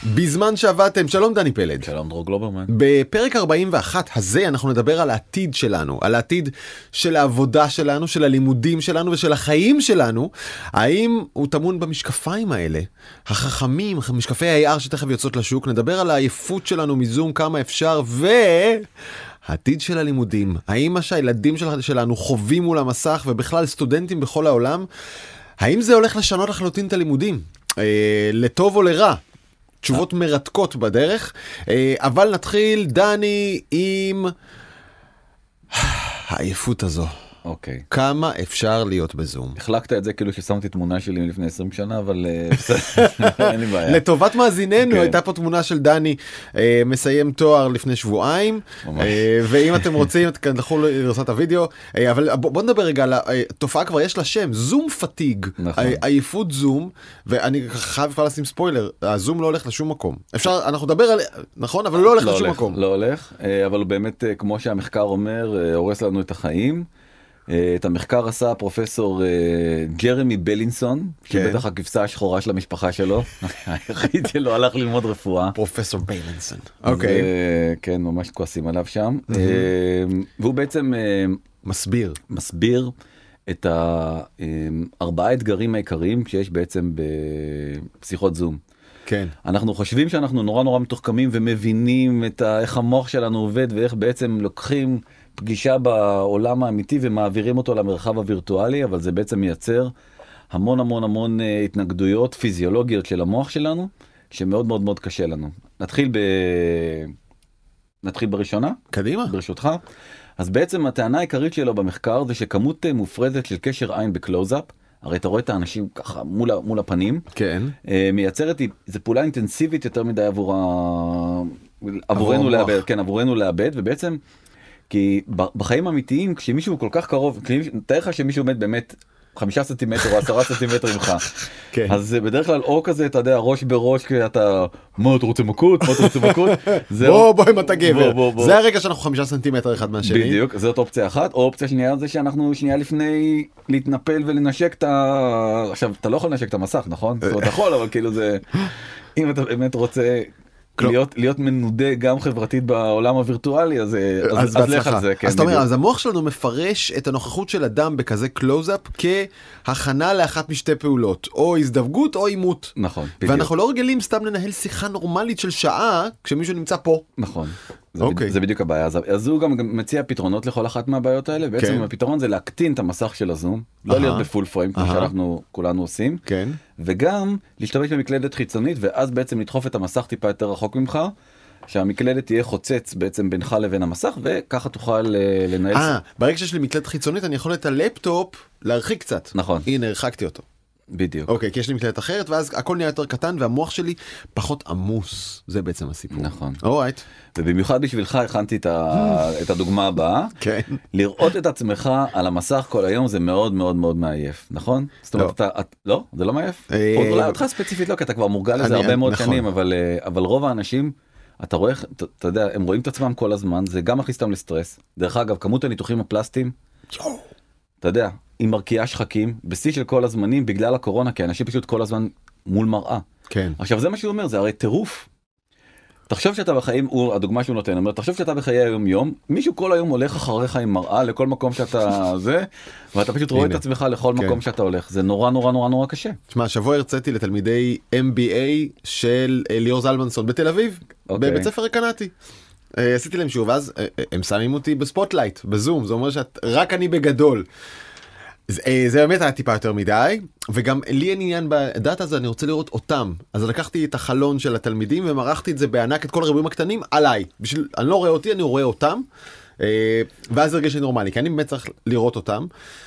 בזמן שעבדתם, שלום דני פלד. שלום דרור גלוברמן. בפרק 41 הזה אנחנו נדבר על העתיד שלנו, על העתיד של העבודה שלנו, של הלימודים שלנו ושל החיים שלנו. האם הוא טמון במשקפיים האלה, החכמים, משקפי ה-AR שתכף יוצאות לשוק? נדבר על העייפות שלנו מזום, כמה אפשר, העתיד של הלימודים. האם מה שהילדים שלנו חווים מול המסך, ובכלל סטודנטים בכל העולם, האם זה הולך לשנות לחלוטין את הלימודים? לטוב או לרע? תשובות מרתקות בדרך, אבל נתחיל, דני, עם העייפות הזו. אוקיי. כמה אפשר להיות בזום? החלקת את זה כאילו ששמתי תמונה שלי לפני 20 שנה, אבל אין לי בעיה. לטובת מאזיננו, הייתה פה תמונה של דני מסיים תואר לפני שבועיים, ואם אתם רוצים, תלכו לראות את הוידאו, אבל בוא נדבר רגע על התופעה, כבר יש לה שם, זום פתיג, עייפות זום, ואני חייב כבר לשים ספוילר, הזום לא הולך לשום מקום. אפשר, אנחנו נדבר על, נכון, אבל לא הולך לשום מקום. לא הולך, אבל הוא באמת, כמו שהמחקר אומר, הורס לנו את החיים. את המחקר עשה פרופסור ג'רמי בלינסון, שבטח הכבשה השחורה של המשפחה שלו, היחיד שלו הלך ללמוד רפואה. פרופסור בלינסון. אוקיי. כן, ממש כועסים עליו שם. והוא בעצם מסביר את הארבעה אתגרים העיקריים שיש בעצם בפסיכות זום. כן. אנחנו חושבים שאנחנו נורא נורא מתוחכמים ומבינים איך המוח שלנו עובד ואיך בעצם לוקחים פגישה בעולם האמיתי ומעבירים אותו למרחב הווירטואלי, אבל זה בעצם מייצר המון המון המון התנגדויות פיזיולוגיות של המוח שלנו, שמאוד מאוד מאוד קשה לנו. נתחיל בראשונה? קדימה. ברשותך. אז בעצם הטענה העיקרית שלו במחקר זה שכמות מופרזת של קשר עין בקלוז-אפ, הרי אתה רואה את האנשים ככה מול הפנים, כן. מייצרת, זה פעולה אינטנסיבית יותר מדי עבורנו לאבד, כן, עבורנו לאבד, ובעצם כי בחיים האמיתיים, כשמישהו כל כך קרוב, תאר לך שמישהו עומד באמת 5 סנטימטר או 10 סנטימטר ממך, אז בדרך כלל או כזה, אתה יודע, ראש בראש, כי אתה, מה אתה רוצה מכות? מה אתה רוצה מכות? בוא אם אתה גבר. זה הרגע שאנחנו 5 סנטימטר אחד מהשני. בדיוק, זאת אופציה אחת. או אופציה שנייה זה שאנחנו שנייה לפני להתנפל ולנשק את עכשיו, אתה לא יכול לנשק את המסך, נכון? זאת אומרת, אתה יכול, אבל כאילו זה, אם אתה באמת רוצה להיות מנודה גם חברתית בעולם הווירטואלי, אז לך על זה. אז אתה אומר, אז המוח שלנו מפרש את הנוכחות של אדם בכזה קלוז-אפ כהכנה לאחת משתי פעולות, או הזדווגות או אימות. נכון. ואנחנו לא רגילים סתם לנהל שיחה נורמלית של שעה כשמישהו נמצא פה. נכון. זה בדיוק הבעיה. אז הוא גם מציע פתרונות לכל אחת מהבעיות האלה. בעצם הפתרון זה להקטין את המסך של הזום, לא להיות בפול פריים כמו שאנחנו כולנו עושים, וגם להשתמש במקלדת חיצונית, ואז בעצם לדחוף את המסך טיפה יותר רחוק ממך, שהמקלדת תהיה חוצץ בעצם בינך לבין המסך, וככה תוכל לנהל. ברגע שיש לי מקלדת חיצונית אני יכול את הלפטופ להרחיק קצת. נכון. הנה, הרחקתי אותו. בדיוק. אוקיי, כי יש לי מקלדת אחרת, ואז הכל נהיה יותר קטן, והמוח שלי פחות עמוס. זה בעצם הסיפור. נכון. אורייט. ובמיוחד בשבילך הכנתי את הדוגמה הבאה. כן. לראות את עצמך על המסך כל היום זה מאוד מאוד מאוד מעייף, נכון? זאת אומרת, לא? זה לא מעייף? אולי אותך ספציפית לא, כי אתה כבר מורגל לזה הרבה מאוד שנים, אבל רוב האנשים, אתה רואה, אתה יודע, הם רואים את עצמם כל הזמן, זה גם מכניס אותם לסטרס. דרך אגב, כמות הניתוחים הפלסטיים, אתה יודע, היא מרקיעה שחקים, בשיא של כל הזמנים, בגלל הקורונה, כי אנשים פשוט כל הזמן מול מראה. כן. עכשיו, זה מה שהוא אומר, זה הרי טירוף. תחשוב שאתה בחיים, הדוגמה שהוא נותן, אומר, תחשוב שאתה בחיי היום יום, מישהו כל היום הולך אחריך עם מראה לכל מקום שאתה זה, ואתה פשוט רואה את עצמך לכל מקום שאתה הולך. זה נורא נורא נורא נורא קשה. תשמע, השבוע הרציתי לתלמידי MBA של ליאור זלמנסון בתל אביב, בבית ספר הקנתי. עשיתי להם שוב, ואז הם שמים אותי בספוטלייט, בזום, זה אומר שרק אני בגדול. זה באמת היה טיפה יותר מדי, וגם לי אין עניין בדאטה הזה, אני רוצה לראות אותם. אז לקחתי את החלון של התלמידים ומרחתי את זה בענק, את כל הריבועים הקטנים, עליי. אני לא רואה אותי, אני רואה אותם, ואז הרגש נורמלי, כי אני באמת צריך לראות אותם.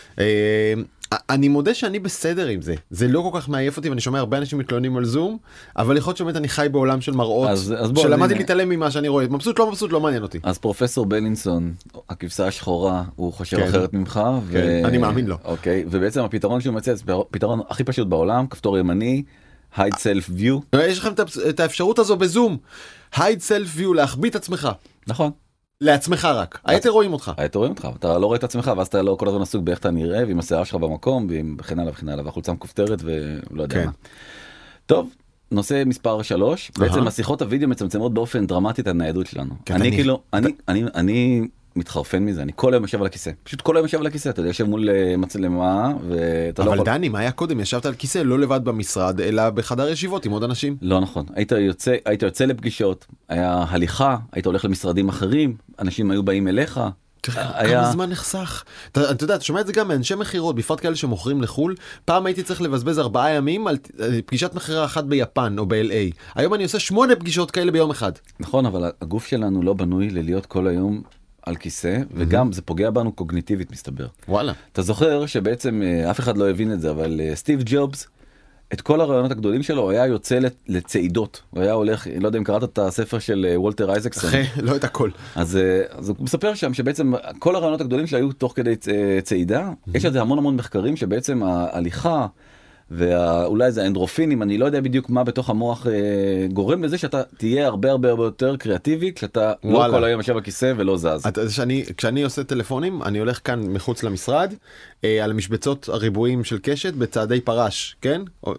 אני מודה שאני בסדר עם זה, זה לא כל כך מעייף אותי, ואני שומע הרבה אנשים מתלוננים על זום, אבל יכול להיות שבאמת אני חי בעולם של מראות, שלמדתי להתעלם ממה שאני רואה, מבסוט לא מעניין אותי. אז פרופסור בלינסון, הכבשה השחורה, הוא חושב אחרת ממך, אני מאמין לו. אוקיי, ובעצם הפתרון שהוא מציע, זה פתרון הכי פשוט בעולם, כפתור ימני, hide self view. יש לכם את האפשרות הזו בזום, hide self view, להחביא את עצמך. נכון. לעצמך רק, היית רואים אותך. היית רואים אותך, אתה לא רואה את עצמך, ואז אתה לא כל הזמן עסוק באיך אתה נראה, ועם השיער שלך במקום, וכן הלאה וכן הלאה, והחולצה מכופתרת ולא יודע מה. טוב, נושא מספר 3, בעצם השיחות הוידאו מצמצמות באופן דרמטי את הניידות שלנו. אני כאילו, אני מתחרפן מזה, אני כל היום יושב על הכיסא. פשוט כל היום יושב על הכיסא, אתה יודע, יושב מול מצלמה, ואתה לא יכול... אבל דני, מה היה קודם? ישבת על כיסא, לא לבד במשרד, אלא בחדר ישיבות עם עוד אנשים. לא נכון. היית יוצא לפגישות, היה הליכה, היית הולך למשרדים אחרים, אנשים היו באים אליך. כמה זמן נחסך. אתה יודע, אתה שומע את זה גם מאנשי מחירות, בפרט כאלה שמוכרים לחול. פעם הייתי צריך לבזבז 4 ימים על פגישת מחירה אחת ביפן או ב-LA. היום אני עושה 8 פגישות כאלה ביום אחד. נכון, אבל הגוף שלנו לא בנוי ללהיות כל היום על כיסא, וגם זה פוגע בנו קוגניטיבית, מסתבר. וואלה. אתה זוכר שבעצם אף אחד לא הבין את זה, אבל סטיב ג'ובס, את כל הרעיונות הגדולים שלו, הוא היה יוצא לצעידות. הוא היה הולך, לא יודע אם קראת את הספר של וולטר אייזקסון. לא את הכל. אז הוא מספר שם שבעצם כל הרעיונות הגדולים שלו היו תוך כדי צעידה. יש על זה המון המון מחקרים שבעצם ההליכה, ואולי זה האנדרופינים, אני לא יודע בדיוק מה בתוך המוח גורם לזה שאתה תהיה הרבה הרבה הרבה יותר קריאטיבי, כשאתה לא כל היום יושב בכיסא ולא זז. כשאני עושה טלפונים, אני הולך כאן מחוץ למשרד, על המשבצות הריבועים של קשת, בצעדי פרש, כן?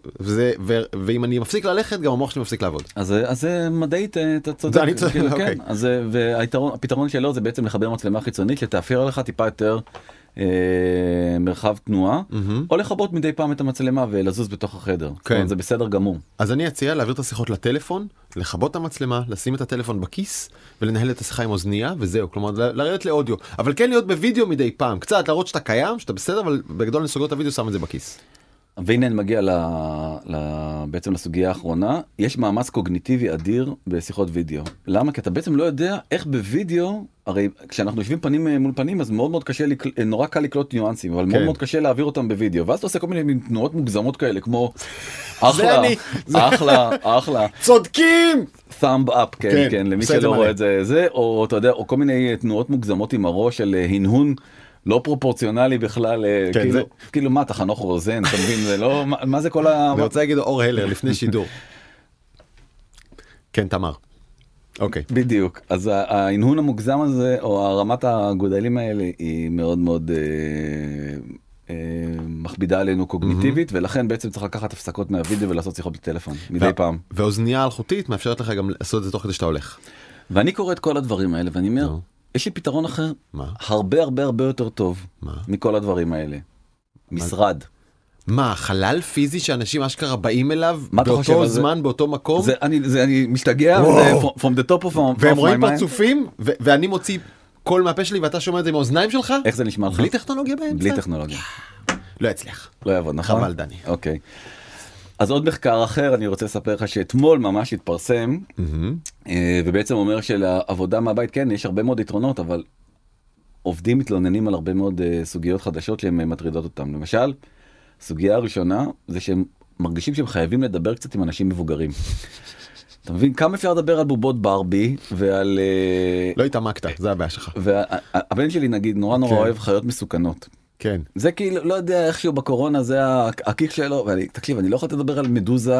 ואם אני מפסיק ללכת, גם המוח שלי מפסיק לעבוד. אז מדעית, אתה צודק. אני צודק, אוקיי. והפתרון שלו זה בעצם לחבר מצלמה חיצונית, שתאפשר לך טיפה יותר מרחב תנועה, או לכבות מדי פעם את המצלמה ולזוז בתוך החדר. כן. זה בסדר גמור. אז אני אציע להעביר את השיחות לטלפון, לכבות את המצלמה, לשים את הטלפון בכיס, ולנהל את השיחה עם אוזנייה, וזהו. כלומר, לרדת לאודיו. אבל כן להיות בווידאו מדי פעם. קצת להראות שאתה קיים, שאתה בסדר, אבל בגדול אני סוגר את הווידאו, שם את זה בכיס. והנה אני מגיע בעצם לסוגיה האחרונה. יש מאמץ קוגניטיבי אדיר בשיחות וידאו. למה? כי אתה בעצם לא יודע איך בווידאו, הרי כשאנחנו יושבים פנים מול פנים, אז מאוד מאוד קשה, נורא קל לקלוט ניואנסים, אבל מאוד מאוד קשה להעביר אותם בווידאו. ואז אתה עושה כל מיני תנועות מוגזמות כאלה, כמו אחלה, אחלה. צודקים! thumb up, כן, למי שלא רואה את זה, או אתה יודע, או כל מיני תנועות מוגזמות עם הראש של הנהון, לא פרופורציונלי בכלל, כאילו מה, אתה חנוך רוזן, אתה מבין, זה לא, מה זה כל אני רוצה להגיד אור הלר לפני שידור. כן, תמר. אוקיי. בדיוק. אז ההנהון המוגזם הזה, או הרמת הגודלים האלה, היא מאוד מאוד מכבידה עלינו קוגניטיבית, ולכן בעצם צריך לקחת הפסקות מהווידאו ולעשות שיחות בטלפון, מדי פעם. ואוזנייה אלחוטית מאפשרת לך גם לעשות את זה תוך כדי שאתה הולך. ואני קורא את כל הדברים האלה, ואני אומר, יש לי פתרון אחר, הרבה הרבה הרבה יותר טוב מכל הדברים האלה. משרד. מה, חלל פיזי שאנשים אשכרה באים אליו באותו זמן, באותו מקום? אני משתגע, from the top of my mind. והם רואים פרצופים, ואני מוציא קול מהפה שלי ואתה שומע את זה עם האוזניים שלך? איך זה נשמע לך? בלי טכנולוגיה באמצע? בלי טכנולוגיה. לא יצליח. לא יעבוד, נכון? חבל, דני. אוקיי. אז עוד מחקר אחר, אני רוצה לספר לך שאתמול ממש התפרסם, ובעצם אומר שלעבודה מהבית, כן, יש הרבה מאוד יתרונות, אבל עובדים מתלוננים על הרבה מאוד סוגיות חדשות שהן מטרידות אותם. למשל, הסוגיה הראשונה זה שהם מרגישים שהם חייבים לדבר קצת עם אנשים מבוגרים. אתה מבין? כמה אפשר לדבר על בובות ברבי ועל... לא התעמקת, זה הבעיה שלך. והבן שלי נגיד נורא נורא אוהב חיות מסוכנות. כן. זה כאילו, לא יודע איכשהו בקורונה, זה הקיק שלו, תקשיב, אני לא יכול לדבר על מדוזה,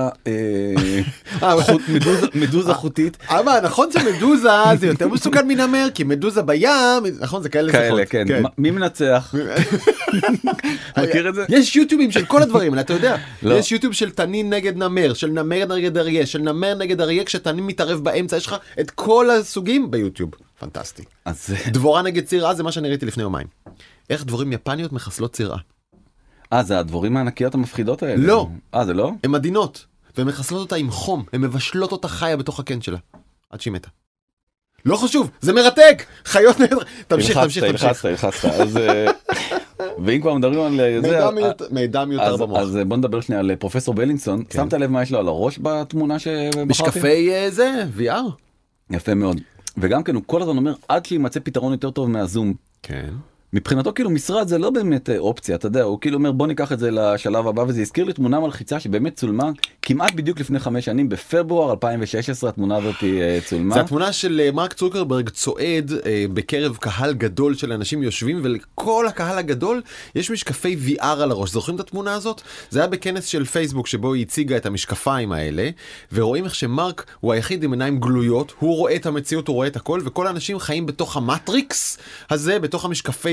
מדוזה חוטית. אבל נכון שמדוזה זה יותר מסוכן מן המר, כי מדוזה בים, נכון, זה כאלה שיחות. כאלה, כן. מי מנצח? מכיר את זה? יש יוטיובים של כל הדברים, אתה יודע. יש יוטיוב של תנין נגד נמר, של נמר נגד אריה, של נמר נגד אריה, כשתנין מתערב באמצע, יש לך את כל הסוגים ביוטיוב. פנטסטי. דבורה נגד צירה, זה מה שאני ראיתי לפני יומיים. איך דבורים יפניות מחסלות צירה. זה הדבורים הענקיות המפחידות האלה? לא. זה לא? הן עדינות, והן מחסלות אותה עם חום, הן מבשלות אותה חיה בתוך הקן שלה, עד שהיא מתה. לא חשוב, זה מרתק! חיות נהדר. תמשיך. הלחצת. אז... ואם כבר מדברים על זה... מידע מיותר במוח. אז בוא נדבר שנייה על פרופסור בלינסון. שמת לב מה יש לו על הראש בתמונה שבחרתי? משקפי זה, VR. יפה מאוד. וגם כן, הוא כל הזמן אומר, עד שימצא פתרון יותר טוב מהזום. כן. מבחינתו כאילו משרד זה לא באמת אופציה, אתה יודע, הוא כאילו אומר בוא ניקח את זה לשלב הבא, וזה הזכיר לי תמונה מלחיצה שבאמת צולמה כמעט בדיוק לפני 5 שנים, בפברואר 2016 התמונה הזאת צולמה. זה התמונה של מרק צוקרברג צועד בקרב קהל גדול של אנשים יושבים, ולכל הקהל הגדול יש משקפי VR על הראש. זוכרים את התמונה הזאת? זה היה בכנס של פייסבוק שבו היא הציגה את המשקפיים האלה, ורואים איך שמרק הוא היחיד עם עיניים גלויות, הוא רואה את המציאות, הוא רואה את הכל, וכל האנשים חיים בתוך המטריקס הזה, בתוך המשקפי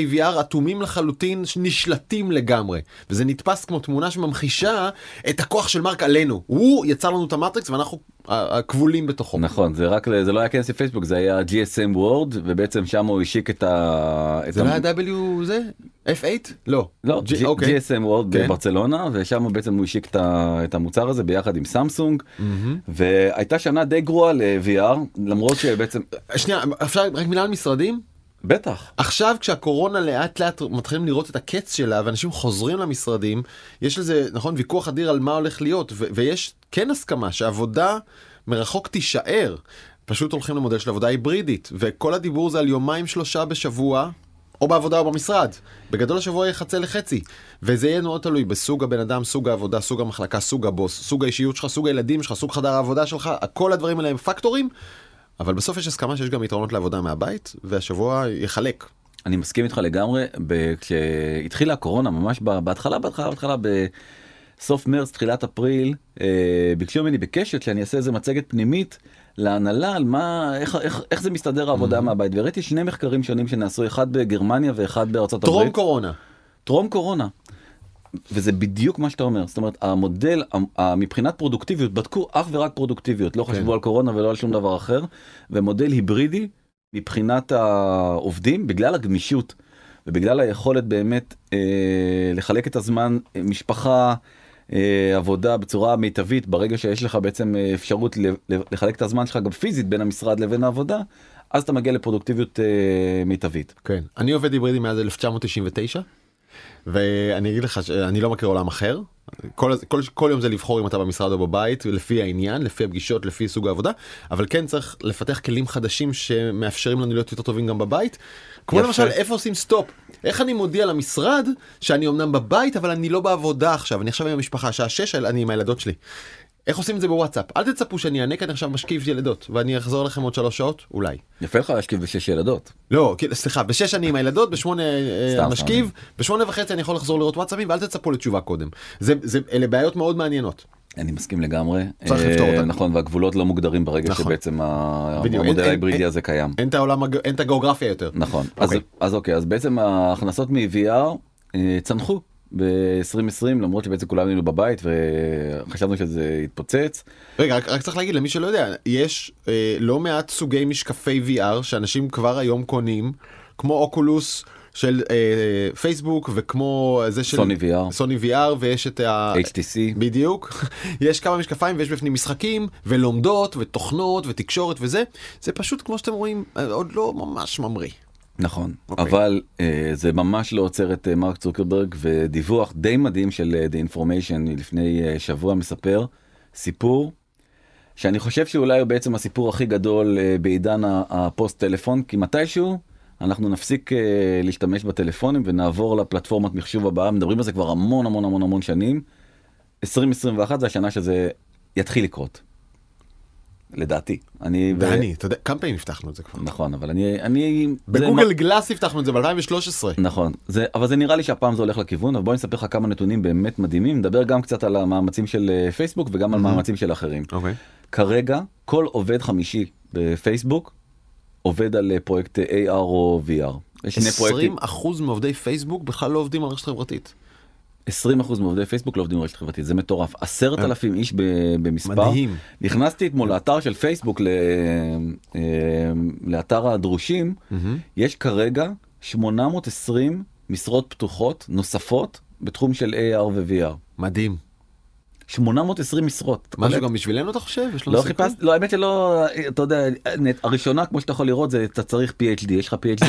משקפי VR אטומים לחלוטין, נשלטים לגמרי. וזה נתפס כמו תמונה שממחישה את הכוח של מרק עלינו. הוא יצר לנו את המטריקס ואנחנו הכבולים בתוכו. נכון, זה לא היה כנס פייסבוק, זה היה GSM World, ובעצם שם הוא השיק את זה לא היה W זה? F8? לא. GSM World בברצלונה, ושם בעצם הוא השיק את המוצר הזה ביחד עם סמסונג, והייתה שנה די גרועה ל-VR, למרות שבעצם... שנייה, אפשר רק מילה על משרדים? בטח. עכשיו כשהקורונה לאט לאט מתחילים לראות את הקץ שלה, ואנשים חוזרים למשרדים, יש לזה, נכון, ויכוח אדיר על מה הולך להיות, ויש כן הסכמה שעבודה מרחוק תישאר. פשוט הולכים למודל של עבודה היברידית, וכל הדיבור זה על 2-3 בשבוע, או בעבודה או במשרד. בגדול השבוע יהיה חצי לחצי, וזה יהיה מאוד תלוי בסוג הבן אדם, סוג העבודה, סוג המחלקה, סוג הבוס, סוג האישיות שלך, סוג הילדים שלך, סוג חדר העבודה שלך, כל הדברים האלה הם פקטורים, אבל בסוף יש הסכמה שיש גם יתרונות לעבודה מהבית, והשבוע יחלק. אני מסכים איתך לגמרי, כשהתחילה הקורונה, ממש בהתחלה, בסוף מרץ, תחילת אפריל, ביקשו ממני בקשת שאני אעשה איזה מצגת פנימית, להנהלה על איך זה מסתדר העבודה מהבית, וראיתי 2 מחקרים שונים שנעשו, אחד בגרמניה ואחד בארצות הברית. טרום קורונה. וזה בדיוק מה שאתה אומר, זאת אומרת, המודל, מבחינת פרודוקטיביות, בדקו אך ורק פרודוקטיביות, לא חשבו על קורונה ולא על שום דבר אחר, ומודל היברידי, מבחינת העובדים, בגלל הגמישות, ובגלל היכולת באמת לחלק את הזמן, משפחה, עבודה בצורה מיטבית, ברגע שיש לך בעצם אפשרות לחלק את הזמן שלך גם פיזית בין המשרד לבין העבודה, אז אתה מגיע לפרודוקטיביות מיטבית. כן, אני עובד היברידי מאז 1999, ואני אגיד לך שאני לא מכיר עולם אחר, כל יום זה לבחור אם אתה במשרד או בבית, לפי העניין, לפי הפגישות, לפי סוג העבודה, אבל כן צריך לפתח כלים חדשים שמאפשרים לנו להיות יותר טובים גם בבית, כמו למשל איפה עושים סטופ, איך אני מודיע למשרד שאני אמנם בבית אבל אני לא בעבודה עכשיו, אני עכשיו עם המשפחה, שעה 6 אני עם הילדות שלי. איך עושים את זה בוואטסאפ? אל תצפו שאני אענה, כי אני עכשיו משקיף ילדות, ואני אחזור לכם עוד 3 שעות, אולי. יפה לך להשקיף ב6 ילדות. לא, סליחה, ב6 אני עם הילדות, ב8 משקיף, ב8:30 אני יכול לחזור לראות וואטסאפים, ואל תצפו לתשובה קודם. אלה בעיות מאוד מעניינות. אני מסכים לגמרי. צריך לפתור אותם. נכון, והגבולות לא מוגדרים ברגע שבעצם המודל ההיברידי הזה קיים. אין את הגיאוגרפיה יותר. נכון. אז אוקיי, אז בעצם ההכנסות מ-VR צנחו. ב-2020, למרות שבעצם כולם היינו בבית וחשבנו שזה יתפוצץ. רגע, רק צריך להגיד למי שלא יודע, יש לא מעט סוגי משקפי VR שאנשים כבר היום קונים, כמו אוקולוס של פייסבוק וכמו זה של סוני VR ויש את HTC. בדיוק. יש כמה משקפיים ויש בפנים משחקים ולומדות ותוכנות ותקשורת וזה. זה פשוט כמו שאתם רואים, עוד לא ממש ממריא. נכון, אבל זה ממש לא עוצר את מרק צוקרברג, ודיווח די מדהים של The Information לפני שבוע מספר סיפור שאני חושב שאולי הוא בעצם הסיפור הכי גדול בעידן הפוסט טלפון, כי מתישהו אנחנו נפסיק להשתמש בטלפונים ונעבור לפלטפורמת מחשוב הבאה. מדברים על זה כבר המון המון המון המון שנים. 2021 זה השנה שזה יתחיל לקרות. לדעתי. דני, אתה יודע, כמה פעמים הבטחנו את זה כבר? נכון, אבל אני... בגוגל גלאס הבטחנו את זה ב-2013. נכון, אבל זה נראה לי שהפעם זה הולך לכיוון, אבל בואי נספר לך כמה נתונים באמת מדהימים, נדבר גם קצת על המאמצים של פייסבוק וגם על מאמצים של אחרים. כרגע, כל עובד חמישי בפייסבוק עובד על פרויקט AR או VR. 20% מעובדי פייסבוק בכלל לא עובדים על רשת חברתית. 20% מעובדי פייסבוק לא עובדים ברשת חברתית, זה מטורף. 10,000 איש במספר. מדהים. נכנסתי אתמול לאתר של פייסבוק, לאתר הדרושים, יש כרגע 820 משרות פתוחות נוספות בתחום של AR ו-VR. מדהים. 820 משרות. משהו גם בשבילנו אתה חושב? לא חיפשת, לא, האמת שלא, אתה יודע, הראשונה כמו שאתה יכול לראות זה, אתה צריך PhD, יש לך PhD?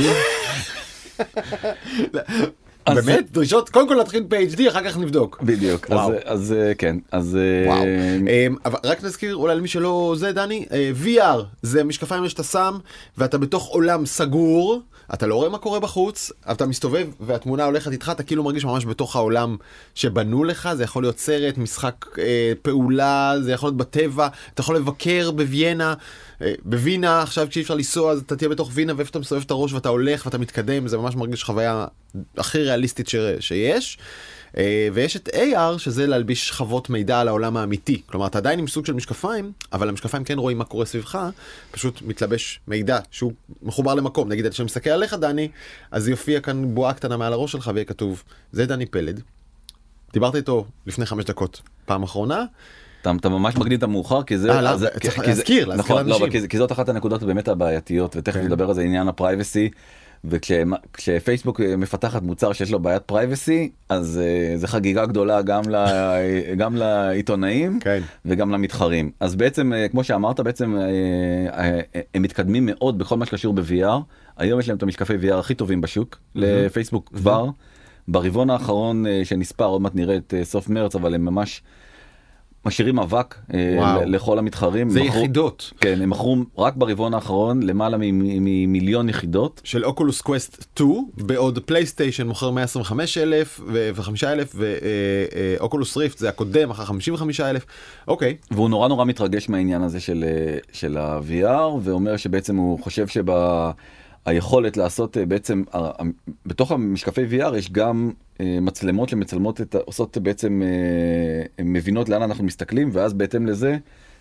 באמת? דרישות? קודם כל להתחיל PhD, אחר כך נבדוק. בדיוק. אז כן. אז... אבל רק נזכיר, אולי למי שלא זה, דני, VR זה משקפיים שאתה שם, ואתה בתוך עולם סגור, אתה לא רואה מה קורה בחוץ, אתה מסתובב והתמונה הולכת איתך, אתה כאילו מרגיש ממש בתוך העולם שבנו לך, זה יכול להיות סרט, משחק פעולה, זה יכול להיות בטבע, אתה יכול לבקר בווינה, בווינה, עכשיו כשאי אפשר לנסוע, אז אתה תהיה בתוך וינה, ואיפה אתה מסובב את הראש ואתה הולך ואתה מתקדם, זה ממש מרגיש חוויה הכי ריאליסטית שיש. ויש את AR, שזה להלביש שכבות מידע על העולם האמיתי. כלומר, אתה עדיין עם סוג של משקפיים, אבל המשקפיים כן רואים מה קורה סביבך, פשוט מתלבש מידע שהוא מחובר למקום. נגיד, כשאני מסתכל עליך, דני, אז יופיע כאן בועה קטנה מעל הראש שלך, ויהיה כתוב, זה דני פלד. דיברתי איתו לפני 5 דקות, פעם אחרונה. אתה ממש מקדים את המאוחר, כי זה... צריך להזכיר לאנשים. כי זאת אחת הנקודות באמת הבעייתיות, ותכף נדבר על זה, עניין הפרייבסי, וכשפייסבוק מפתחת מוצר שיש לו בעיית פרייבסי, אז זה חגיגה גדולה גם לעיתונאים וגם למתחרים. אז בעצם, כמו שאמרת, בעצם הם מתקדמים מאוד בכל מה שקשור ב-VR. היום יש להם את המשקפי VR הכי טובים בשוק, לפייסבוק כבר. ברבעון האחרון שנספר, עוד מעט נראה את סוף מרץ, אבל הם ממש משאירים אבק לכל המתחרים. זה יחידות. כן, הם מכרו רק ברבעון האחרון למעלה ממיליון יחידות. של אוקולוס קווסט 2, בעוד פלייסטיישן מוכר 125,000 ו5,000, ואוקולוס ריפט זה הקודם, אחר 55,000. אוקיי. והוא נורא נורא מתרגש מהעניין הזה של ה-VR, ואומר שבעצם הוא חושב היכולת לעשות בעצם, בתוך המשקפי VR יש גם מצלמות שמצלמות, עושות בעצם, מבינות לאן אנחנו מסתכלים, ואז בהתאם לזה,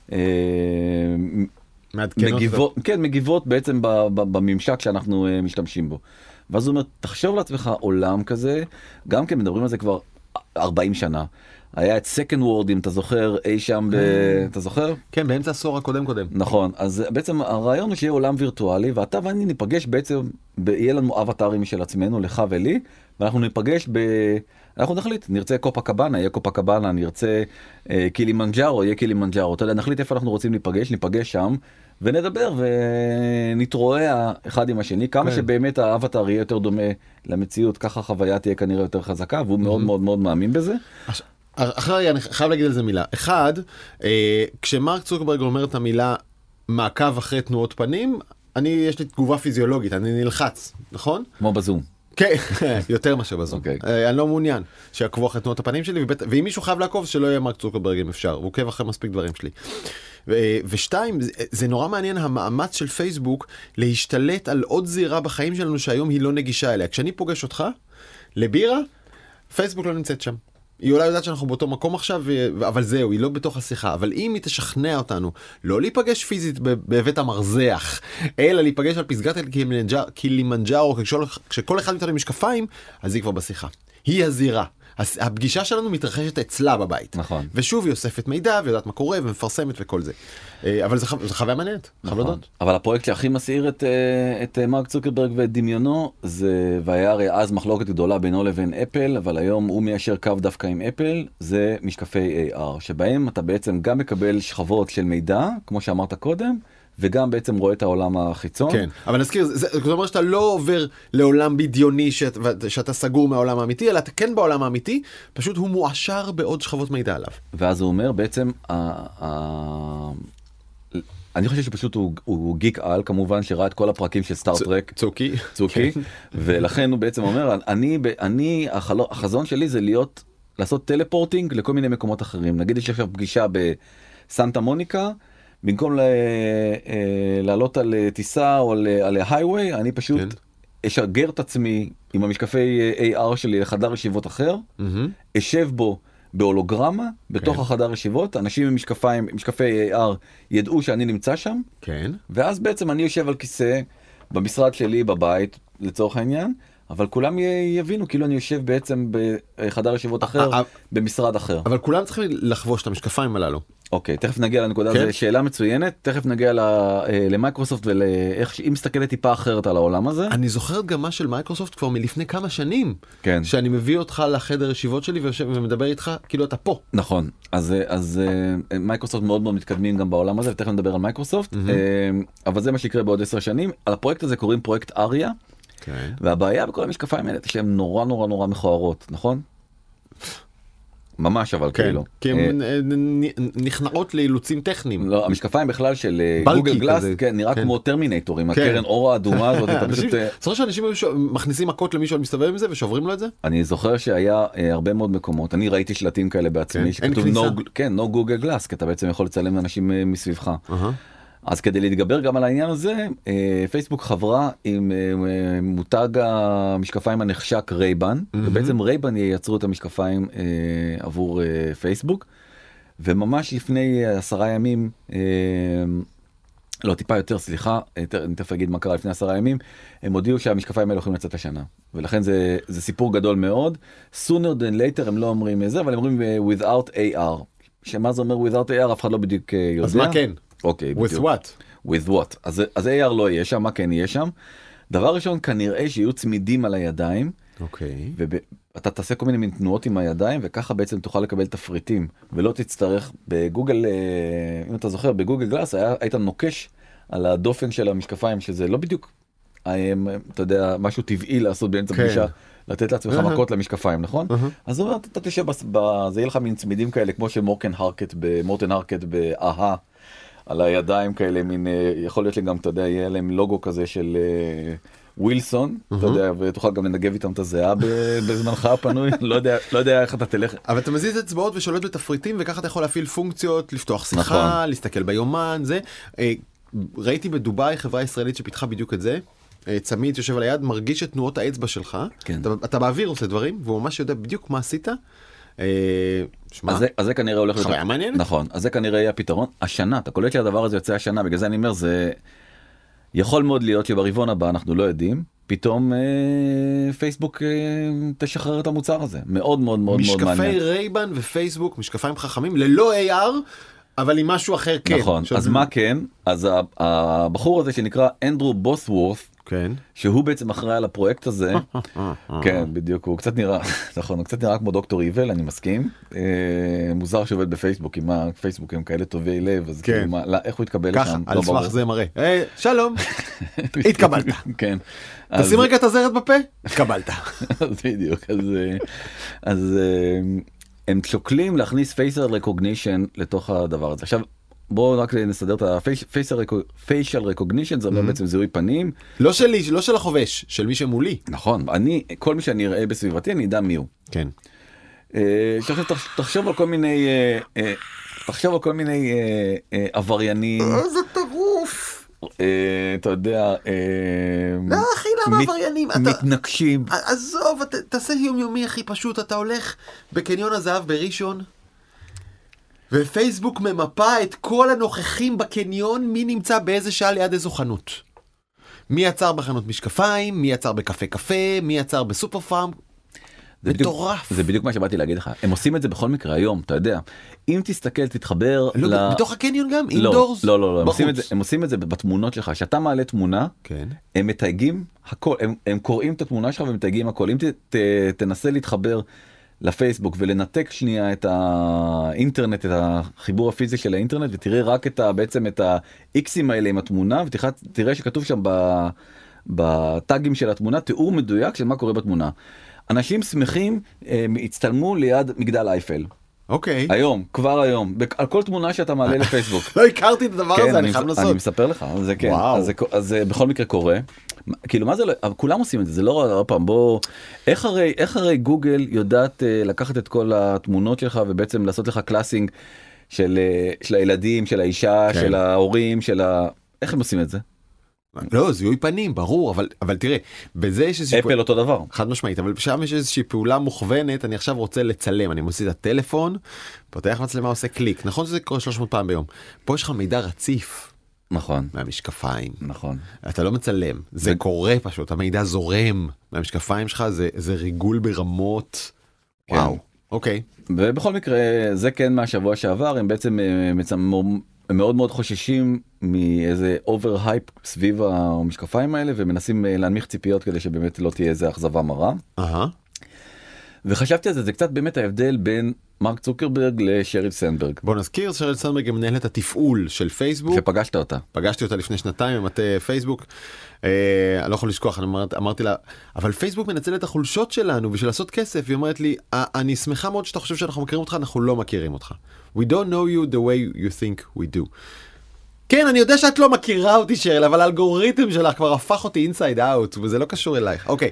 מגיבות בעצם בממשק שאנחנו משתמשים בו. ואז הוא אומר, תחשוב לעצמך עולם כזה, גם כן מדברים על זה כבר 40 שנה. היה את Second World, אם אתה זוכר, אי שם, אתה זוכר? כן, באמצע העשור הקודם. נכון, אז בעצם הרעיון הוא שיהיה עולם וירטואלי, ואתה ואני ניפגש בעצם, יהיה לנו אבטרים של עצמנו, לך ולי, ואנחנו ניפגש אנחנו נחליט, נרצה קופה קבאנה, יהיה קופה קבאנה, נרצה קילימנג'ארו, יהיה קילימנג'ארו, אתה יודע, נחליט איפה אנחנו רוצים ניפגש שם, ונדבר ונתראה אחד עם השני, כמה שבאמת האבטר יהיה יותר דומה למציאות, ככה החוויה תהיה כנראה יותר חזקה, והוא מאוד מאוד מאוד מאמין בזה. אחרי, אני חייב להגיד על זה מילה. אחד, כשמרק צוקרברג אומר את המילה מעקב אחרי תנועות פנים, יש לי תגובה פיזיולוגית, אני נלחץ, נכון? כמו בזום. כן, יותר מאשר בזום. אני לא מעוניין שיעקבו אחרי תנועות הפנים שלי, ואם מישהו חייב לעקוב, שלא יהיה מרק צוקרברג אם אפשר, הוא עוקב אחרי מספיק דברים שלי. ושתיים, זה נורא מעניין המאמץ של פייסבוק להשתלט על עוד זירה בחיים שלנו שהיום היא לא נגישה אליה. כשאני פוגש אותך לבירה, פייסבוק לא נמצאת שם. היא אולי יודעת שאנחנו באותו מקום עכשיו, אבל זהו, היא לא בתוך השיחה. אבל אם היא תשכנע אותנו לא להיפגש פיזית בבית המרזח, אלא להיפגש על פסגת קילימנג'ארו, כשכל אחד מאיתנו עם משקפיים, אז היא כבר בשיחה. היא הזירה. הפגישה שלנו מתרחשת אצלה בבית. נכון. ושוב היא אוספת מידע ויודעת מה קורה ומפרסמת וכל זה. אבל זה חוויה מעניינת. נכון. אבל הפרויקט שהכי מסעיר את מרק צוקרברג ואת דמיונו, והיה הרי אז מחלוקת גדולה בינו לבין אפל, אבל היום הוא מיישר קו דווקא עם אפל, זה משקפי AR, שבהם אתה בעצם גם מקבל שכבות של מידע, כמו שאמרת קודם, וגם בעצם רואה את העולם החיצון. כן, אבל נזכיר, זאת אומרת שאתה לא עובר לעולם בדיוני שאתה סגור מהעולם האמיתי, אלא אתה כן בעולם האמיתי, פשוט הוא מואשר בעוד שכבות מידע עליו. ואז הוא אומר בעצם, אני חושב שפשוט הוא גיק על, כמובן שראה את כל הפרקים של סטאר טרק. צוקי. ולכן הוא בעצם אומר, החזון שלי זה לעשות טלפורטינג לכל מיני מקומות אחרים. נגיד יש עכשיו פגישה בסנטה מוניקה, במקום לעלות על טיסה או על ההייווי, אני פשוט אשגר את עצמי עם המשקפי AR שלי לחדר ישיבות אחר, אשב בו בהולוגרמה, בתוך החדר ישיבות, אנשים עם משקפי AR ידעו שאני נמצא שם, ואז בעצם אני יושב על כיסא במשרד שלי בבית, לצורך העניין, אבל כולם יבינו כאילו אני יושב בעצם בחדר ישיבות אחר, במשרד אחר. אבל כולם צריכים לחבוש את המשקפיים הללו. אוקיי, תכף נגיע לנקודה, זו שאלה מצוינת, תכף נגיע למייקרוסופט ולאיך היא מסתכלת טיפה אחרת על העולם הזה. אני זוכרת גם מה של מייקרוסופט כבר מלפני כמה שנים, שאני מביא אותך לחדר ישיבות שלי ומדבר איתך, כאילו אתה פה. נכון, אז מייקרוסופט מאוד מאוד מתקדמים גם בעולם הזה, ותכף נדבר על מייקרוסופט, אבל זה מה שיקרה בעוד 10 שנים. על הפרויקט הזה קוראים פרויקט אריה, והבעיה בכל המשקפיים האלה, שהן נורא נורא נורא מכוערות, נכון? ממש אבל כאילו. כי הן נכנעות לאילוצים טכניים. לא, המשקפיים בכלל של גוגל גלאס, כן, נראה כמו טרמינטור, עם הקרן אור האדומה הזאת. זוכר שאנשים מכניסים מכות למישהו שמסתובב עם זה ושוברים לו את זה? אני זוכר שהיה הרבה מאוד מקומות, אני ראיתי שלטים כאלה בעצמי, שכתוב no Google Glass, כי אתה בעצם יכול לצלם אנשים מסביבך. אז כדי להתגבר גם על העניין הזה, פייסבוק חברה עם מותג המשקפיים הנחשק רייבן, ובעצם רייבן ייצרו את המשקפיים עבור פייסבוק, וממש לפני 10 ימים, לא, טיפה יותר, סליחה, אני תכף אגיד מה קרה לפני 10 ימים, הם הודיעו שהמשקפיים האלה הולכים לצאת השנה, ולכן זה סיפור גדול מאוד. sooner than later הם לא אומרים זה, אבל הם אומרים without AR, שמה זה אומר without AR, אף אחד לא בדיוק יודע. אז מה כן? אוקיי, with what? with what? אז AR לא יהיה שם, מה כן יהיה שם? דבר ראשון, כנראה שיהיו צמידים על הידיים, אוקיי. ואתה תעשה כל מיני תנועות עם הידיים, וככה בעצם תוכל לקבל תפריטים, ולא תצטרך בגוגל, אם אתה זוכר, בגוגל גלאס, היית נוקש על הדופן של המשקפיים, שזה לא בדיוק, אתה יודע, משהו טבעי לעשות באמצע פגישה, לתת לעצמך מכות למשקפיים, נכון? אז הוא אומר, אתה תשב, זה יהיה לך מין צמידים כאלה, כמו שמורטן הרקט באהה, על הידיים כאלה, מין, יכול להיות שגם, אתה יודע, יהיה להם לוגו כזה של ווילסון, אתה יודע, ותוכל גם לנגב איתם את הזהה בזמנך הפנוי, לא יודע איך אתה תלך. אבל אתה מזיז אצבעות ושולט בתפריטים, וככה אתה יכול להפעיל פונקציות, לפתוח שיחה, להסתכל ביומן, זה. ראיתי בדוביי חברה ישראלית שפיתחה בדיוק את זה, צמיד יושב על היד, מרגיש את תנועות האצבע שלך, אתה באוויר עושה דברים, והוא ממש יודע בדיוק מה עשית. אז זה כנראה הולך להיות, חוויה מעניינת. נכון, אז זה כנראה יהיה הפתרון. השנה, אתה קולט שהדבר הזה יוצא השנה, בגלל זה אני אומר, זה יכול מאוד להיות שברבעון הבא אנחנו לא יודעים, פתאום פייסבוק תשחרר את המוצר הזה, מאוד מאוד מאוד מעניין. משקפי רייבן ופייסבוק, משקפיים חכמים, ללא AR, אבל עם משהו אחר כן. נכון, אז מה כן? אז הבחור הזה שנקרא אנדרו בוסוורת', כן. שהוא בעצם אחראי על הפרויקט הזה, כן, בדיוק, הוא קצת נראה, נכון, הוא קצת נראה כמו דוקטור איבל, אני מסכים, מוזר שעובד בפייסבוק, עם הפייסבוק הם כאלה טוביי לב, אז כאילו, איך הוא התקבל לשם? ככה, על סמך זה מראה, שלום, התקבלת. כן. תשים רגע את הזרת בפה, התקבלת. בדיוק, אז הם שוקלים להכניס facial recognition לתוך הדבר הזה. עכשיו, בואו רק נסדר את ה-facial recognition, זה אומר בעצם זיהוי פנים. לא שלי, לא של החובש, של מי שמולי. נכון, כל מי שאני אראה בסביבתי, אני אדע מי הוא. כן. תחשוב על כל מיני עבריינים. זה טירוף. אתה יודע, לא אחי, למה עבריינים? מתנגשים. עזוב, תעשה יומיומי הכי פשוט, אתה הולך בקניון הזהב בראשון, ופייסבוק ממפה את כל הנוכחים בקניון, מי נמצא באיזה שעה ליד איזו חנות. מי יצר בחנות משקפיים, מי יצר בקפה קפה, מי יצר בסופר פארם. מטורף. זה בדיוק מה שבאתי להגיד לך. הם עושים את זה בכל מקרה היום, אתה יודע. אם תסתכל, תתחבר בתוך הקניון גם? אינדורס? לא. הם עושים את זה בתמונות שלך. כשאתה מעלה תמונה, הם מתייגים הכל. הם קוראים את התמונה שלך ומתייגים הכל. אם תנסה להתחבר לפייסבוק ולנתק שנייה את האינטרנט, את החיבור הפיזי של האינטרנט, ותראה רק בעצם את ה-X'ים האלה עם התמונה, ותראה שכתוב שם בטאגים של התמונה, תיאור מדויק של מה קורה בתמונה. אנשים שמחים הצטלמו ליד מגדל אייפל. אוקיי. היום, כבר היום, על כל תמונה שאתה מעלה לפייסבוק. לא הכרתי את הדבר הזה, אני חייב לעשות. אני מספר לך, זה כן. אז זה בכל מקרה קורה. כאילו מה זה לא, כולם עושים את זה, זה לא עוד פעם, בוא, איך הרי גוגל יודעת לקחת את כל התמונות שלך ובעצם לעשות לך קלאסינג של הילדים, של האישה, של ההורים, איך הם עושים את זה? לא, זיהוי פנים, ברור, אבל תראה, בזה יש איזושהי... אפל אותו דבר. חד משמעית, אבל שם יש איזושהי פעולה מוכוונת, אני עכשיו רוצה לצלם, אני מוציא את הטלפון, פותח מצלמה, עושה קליק, נכון שזה קורה 300 פעם ביום, פה יש לך מידע רציף. נכון. מהמשקפיים. נכון. אתה לא מצלם, זה קורה פשוט, המידע זורם מהמשקפיים שלך, זה ריגול ברמות, וואו, אוקיי. ובכל מקרה, זה כן מהשבוע שעבר, הם בעצם הם מאוד מאוד חוששים מאיזה אובר הייפ סביב המשקפיים האלה, ומנסים להנמיך ציפיות כדי שבאמת לא תהיה איזה אכזבה מרה. וחשבתי על זה, זה קצת באמת ההבדל בין מרק צוקרברג לשריל סנדברג. בוא נזכיר, שריל סנדברג היא מנהלת התפעול של פייסבוק. שפגשת אותה. פגשתי אותה לפני 2 במטה פייסבוק. אני לא יכול לשכוח, אמרתי לה, אבל פייסבוק מנצל את החולשות שלנו בשביל לעשות כסף. היא אומרת לי, אני שמחה מאוד שאתה חושב שאנחנו מכירים אותך, אנחנו לא מכירים אותך. We don't know you the way you think we do. כן, אני יודע שאת לא מכירה אותי, שריל, אבל האלגוריתם שלך כבר הפך אותי inside out, וזה לא קשור אלייך. אוקיי,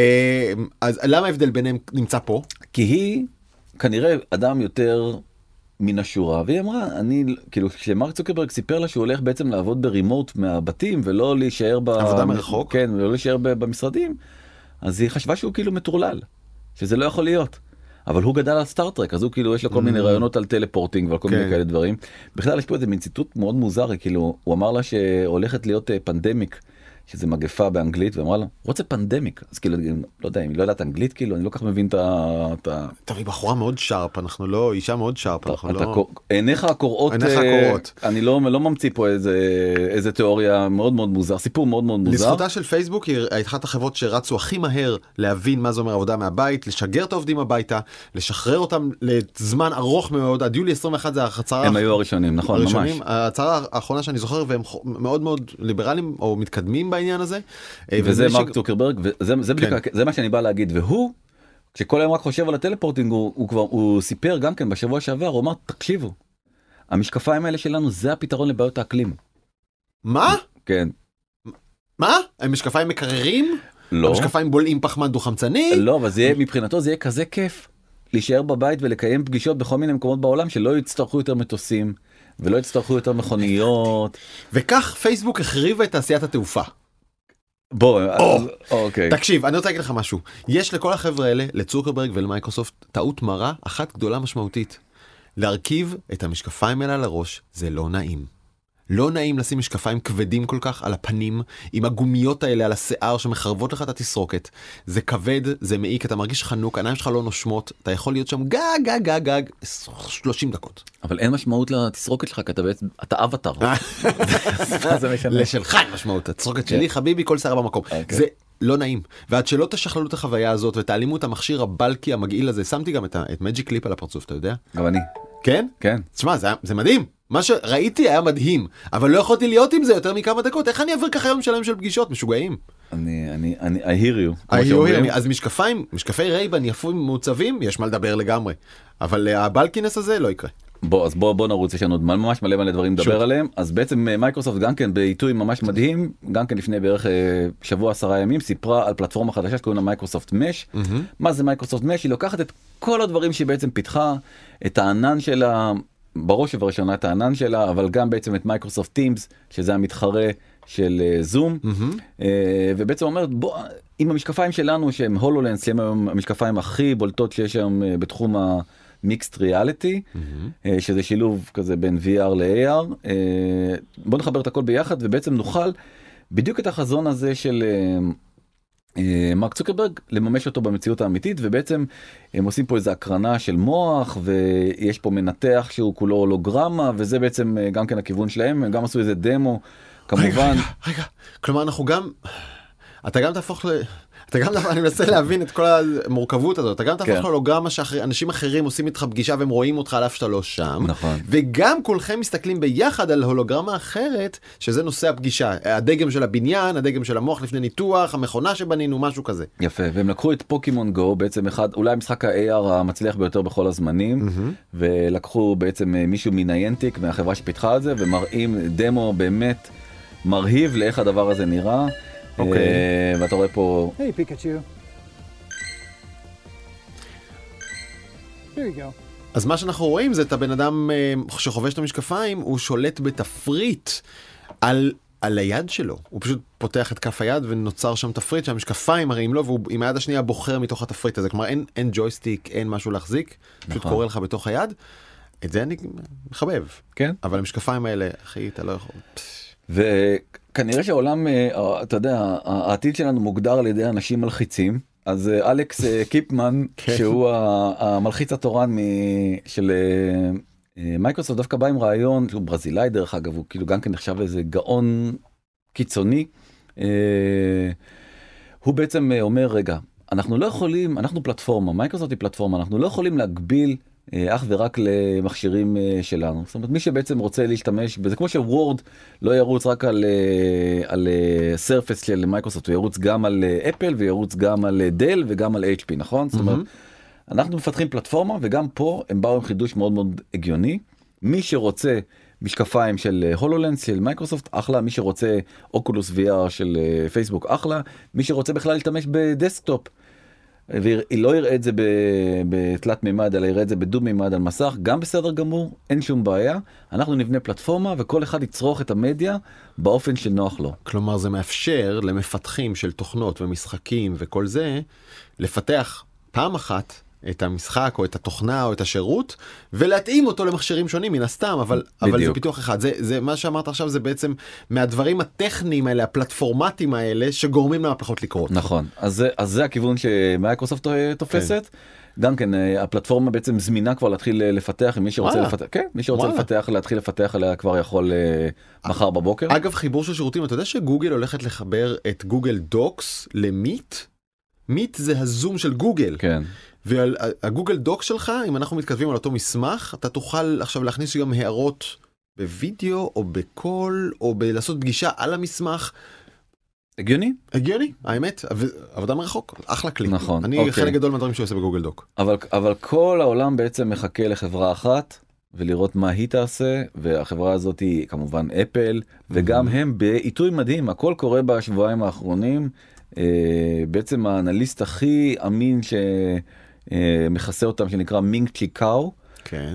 אז למה ההבדל ביניהם נמצא פה? כי היא כנראה אדם יותר מן השורה, והיא אמרה, כאילו, כשמרק צוקרברג סיפר לה שהוא הולך בעצם לעבוד ברימוט מהבתים, ולא להישאר עבודה מרחוק? כן, ולא להישאר במשרדים, אז היא חשבה שהוא כאילו מטורלל, שזה לא יכול להיות. אבל הוא גדל על סטארטרק, אז הוא כאילו, יש לו כל מיני רעיונות על טלפורטינג ועל כל מיני כאלה דברים. בכלל יש פה איזה מין ציטוט מאוד מוזר, כאילו, הוא אמר לה שהולכת להיות פנדמיק, שזה מגפה באנגלית, ואמרה לה, רוצה פנדמיק. אז כאילו, לא יודע, אם היא לא יודעת אנגלית, כאילו, אני לא כך מבין את טוב, היא בחורה מאוד שרפ, אנחנו לא, אישה מאוד שרפ, אנחנו לא... עיניך הקוראות, אני לא ממציא פה איזה תיאוריה מאוד מאוד מוזר, סיפור מאוד מאוד מוזר. לזכותה של פייסבוק, היא אחת החברות שרצו הכי מהר להבין מה זה אומר עבודה מהבית, לשגר את העובדים הביתה, לשחרר אותם לזמן ארוך מאוד, עד יולי 21 זה ההצהרה. הם היו הראשונים, נכון, ממש. ההצהרה האחרונה שאני זוכר, והם מאוד מאוד ליברליים או מתקדמים בעניין הזה. וזה מרק צוקרברג, זה מה שאני בא להגיד, והוא, כשכל היום רק חושב על הטלפורטינג, הוא סיפר גם כן בשבוע שעבר, הוא אמר, תקשיבו, המשקפיים האלה שלנו זה הפתרון לבעיות האקלים. מה? כן. מה? הם משקפיים מקררים? לא. המשקפיים בולעים פחמן דו-חמצני? לא, אבל מבחינתו זה יהיה כזה כיף, להישאר בבית ולקיים פגישות בכל מיני מקומות בעולם, שלא יצטרכו יותר מטוסים, ולא יצטרכו יותר מכוניות. וכך פייסבוק החריבה את תעשיית התעופה. אוקיי. תקשיב, אני רוצה להגיד לך משהו. יש לכל החבר'ה האלה, לצוקרברג ולמייקרוסופט, טעות מרה אחת גדולה משמעותית. להרכיב את המשקפיים האלה על הראש, זה לא נעים. לא נעים לשים משקפיים כבדים כל כך על הפנים, עם הגומיות האלה על השיער שמחרבות לך את התסרוקת. זה כבד, זה מעיק, אתה מרגיש חנוק, העיניים שלך לא נושמות, אתה יכול להיות שם גג 30 דקות. אבל אין משמעות לתסרוקת שלך, כי אתה אבטר. לשלך אין משמעות, התסרוקת שלי חביבי, כל שערה במקום. זה לא נעים. ועד שלא תשכללו את החוויה הזאת ותעלימו את המכשיר הבלקי המגעיל הזה, שמתי גם את מג'יק קליפ על הפרצוף, אתה יודע? גם אני. כן? כן. תשמע, זה מדהים. מה שראיתי היה מדהים, אבל לא יכולתי להיות עם זה יותר מכמה דקות. איך אני אעביר ככה יום שלם של פגישות? משוגעים. I hear you. אז משקפי רייבן יפים מעוצבים, יש מה לדבר לגמרי. אבל הבלקינס הזה לא יקרה. אז בוא נרוץ, יש לנו ממש מלא דברים לדבר עליהם. אז בעצם מייקרוסופט גם כן בעיתוי ממש מדהים, גם כן לפני בערך שבוע 10 ימים, סיפרה על פלטפורמה חדשה שקוראים לה מייקרוסופט מש. מה זה מייקרוסופט מש? היא לוקחת את כל הדברים שהיא בעצם פיתחה, את הענן שלה, בראש ובראשונה את הענן שלה, אבל גם בעצם את מייקרוסופט טימס, שזה המתחרה של זום, ובעצם אומרת, בוא, עם המשקפיים שלנו, שהם הולולנס, שהם המשקפיים הכי בולטות שיש היום בתחום המיקסט ריאליטי, שזה שילוב כזה בין VR ל-AR, בוא נחבר את הכל ביחד, ובעצם נוכל בדיוק את החזון הזה של מרק צוקרברג, לממש אותו במציאות האמיתית, ובעצם הם עושים פה איזו הקרנה של מוח, ויש פה מנתח שהוא כולו הולוגרמה, וזה בעצם גם כן הכיוון שלהם, הם גם עשו איזה דמו, כמובן. רגע, כלומר אנחנו גם, אתה גם תהפוך אני מנסה להבין את כל המורכבות הזאת, אתה גם תהפוך להולוגרמה שאנשים אחרים עושים איתך פגישה והם רואים אותך על אף שאתה לא שם, וגם כולכם מסתכלים ביחד על הולוגרמה אחרת, שזה נושא הפגישה, הדגם של הבניין, הדגם של המוח לפני ניתוח, המכונה שבנינו, משהו כזה. יפה, והם לקחו את פוקימון גו, בעצם אולי משחק ה-AR המצליח ביותר בכל הזמנים, ולקחו בעצם מישהו מניינטיק, מהחברה שפיתחה את זה, ומראים דמו באמת מרהיב לאיך הדבר הזה נראה. ואתה רואה פה... היי פיקאצ'ו. There you go. אז מה שאנחנו רואים זה את הבן אדם שחובש את המשקפיים, הוא שולט בתפריט על היד שלו. הוא פשוט פותח את כף היד ונוצר שם תפריט שהמשקפיים מראים לו, והוא עם היד השנייה בוחר מתוך התפריט הזה. כלומר אין ג'ויסטיק, אין משהו להחזיק, פשוט קורא לך בתוך היד. את זה אני מחבב. כן. אבל המשקפיים האלה, אחי, אתה לא יכול... וכנראה שהעולם, אתה יודע, העתיד שלנו מוגדר על ידי אנשים מלחיצים, אז אלכס קיפמן, שהוא המלחיץ התורן של מייקרוסופט, דווקא בא עם רעיון, שהוא ברזילאי דרך אגב, הוא כאילו גם כן נחשב איזה גאון קיצוני, הוא בעצם אומר, רגע, אנחנו לא יכולים, אנחנו פלטפורמה, מייקרוסופט היא פלטפורמה, אנחנו לא יכולים להגביל אך ורק למכשירים שלנו. זאת אומרת, מי שבעצם רוצה להשתמש בזה, כמו שוורד לא ירוץ רק על סרפס של מייקרוסופט, הוא ירוץ גם על אפל, וירוץ גם על דל וגם על HP, נכון? זאת אומרת, אנחנו מפתחים פלטפורמה, וגם פה הם באו עם חידוש מאוד מאוד הגיוני. מי שרוצה משקפיים של הולולנס של מייקרוסופט, אחלה. מי שרוצה אוקולוס VR של פייסבוק, אחלה. מי שרוצה בכלל להשתמש בדסקטופ, והיא לא יראה את זה בתלת מימד, אלא יראה את זה בדו מימד על מסך, גם בסדר גמור, אין שום בעיה. אנחנו נבנה פלטפורמה וכל אחד יצרוך את המדיה באופן שנוח לו. כלומר, זה מאפשר למפתחים של תוכנות ומשחקים וכל זה, לפתח פעם אחת את המשחק או את התוכנה או את השירות, ולהתאים אותו למכשירים שונים מן הסתם, אבל זה פיתוח אחד. זה מה שאמרת עכשיו, זה בעצם מהדברים הטכניים האלה, הפלטפורמטיים האלה, שגורמים למהפכות לקרות. נכון. אז זה הכיוון שמייקרוסופט תופסת. גם כן, הפלטפורמה בעצם זמינה כבר להתחיל לפתח, אם מי שרוצה לפתח, כן, מי שרוצה לפתח, להתחיל לפתח עליה כבר יכול מחר בבוקר. אגב, חיבור של שירותים, אתה יודע שגוגל הולכת לחבר את גוגל דוקס למיט? מיט זה הזום של גוגל. כן. והגוגל דוק שלך, אם אנחנו מתכתבים על אותו מסמך, אתה תוכל עכשיו להכניס גם הערות בווידאו או בקול, או לעשות פגישה על המסמך. הגיוני? הגיוני, האמת, עבודה מרחוק, אחלה כלי. נכון. אני חלק גדול מהדברים שהוא עושה בגוגל דוק. אבל כל העולם בעצם מחכה לחברה אחת, ולראות מה היא תעשה, והחברה הזאת היא כמובן אפל, וגם הם בעיתוי מדהים, הכל קורה בשבועיים האחרונים, בעצם האנליסט הכי אמין שמכסה אותם, שנקרא מינג צ'יקאו, כן.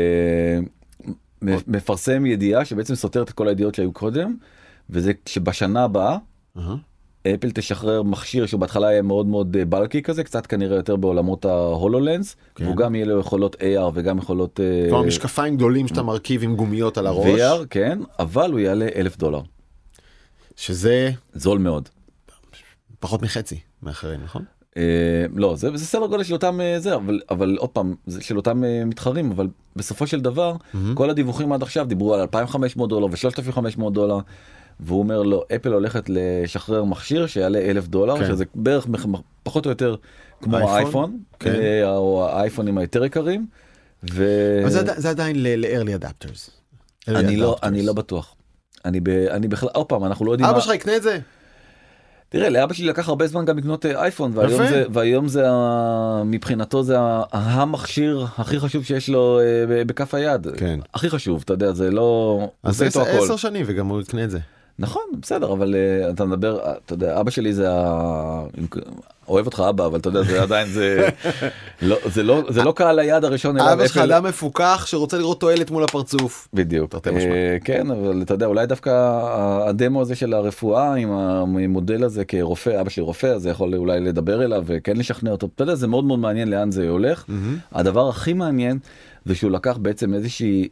מפרסם ידיעה שבעצם סותרת את כל הידיעות שהיו קודם, וזה שבשנה הבאה, אפל תשחרר מכשיר שבהתחלה יהיה מאוד מאוד בלקי כזה, קצת כנראה יותר בעולמות ההולולנס, והוא גם יהיה לו יכולות AR וגם יכולות... כבר משקפיים גדולים שאתה מרכיב עם גומיות על הראש. VR, כן, אבל הוא יעלה $1,000. שזה... זול מאוד. פחות מחצי מאחרים, נכון? לא, זה סדר גודל של אותם זה, אבל עוד פעם, זה של אותם מתחרים, אבל בסופו של דבר, כל הדיווחים עד עכשיו דיברו על $2,500 ו$3,500, והוא אומר לו, אפל הולכת לשחרר מכשיר שיעלה $1,000, שזה בערך פחות או יותר כמו האייפון, או האייפונים היותר יקרים. אבל זה עדיין ל-early adapters. אני לא בטוח. אני בכלל, עוד פעם, אנחנו לא יודעים... אבא שלך יקנה את זה? תראה, לאבא שלי לקח הרבה זמן גם לקנות אייפון, והיום זה, מבחינתו זה המכשיר הכי חשוב שיש לו בכף היד. כן. הכי חשוב, אתה יודע, זה לא... אז זה 10 שנים וגם הוא יקנה את זה. נכון, בסדר, אבל אתה מדבר, אתה יודע, אבא שלי זה אוהב אותך אבא, אבל אתה יודע, זה עדיין, זה לא קהל היד הראשון. אבא שלך אדם מפוקח שרוצה לראות תועלת מול הפרצוף. בדיוק. כן, אבל אתה יודע, אולי דווקא הדמו הזה של הרפואה, עם המודל הזה כרופא, אבא שלי רופא, אז זה יכול אולי לדבר אליו וכן לשכנע אותו. אתה יודע, זה מאוד מאוד מעניין לאן זה הולך. הדבר הכי מעניין זה שהוא לקח בעצם איזושהי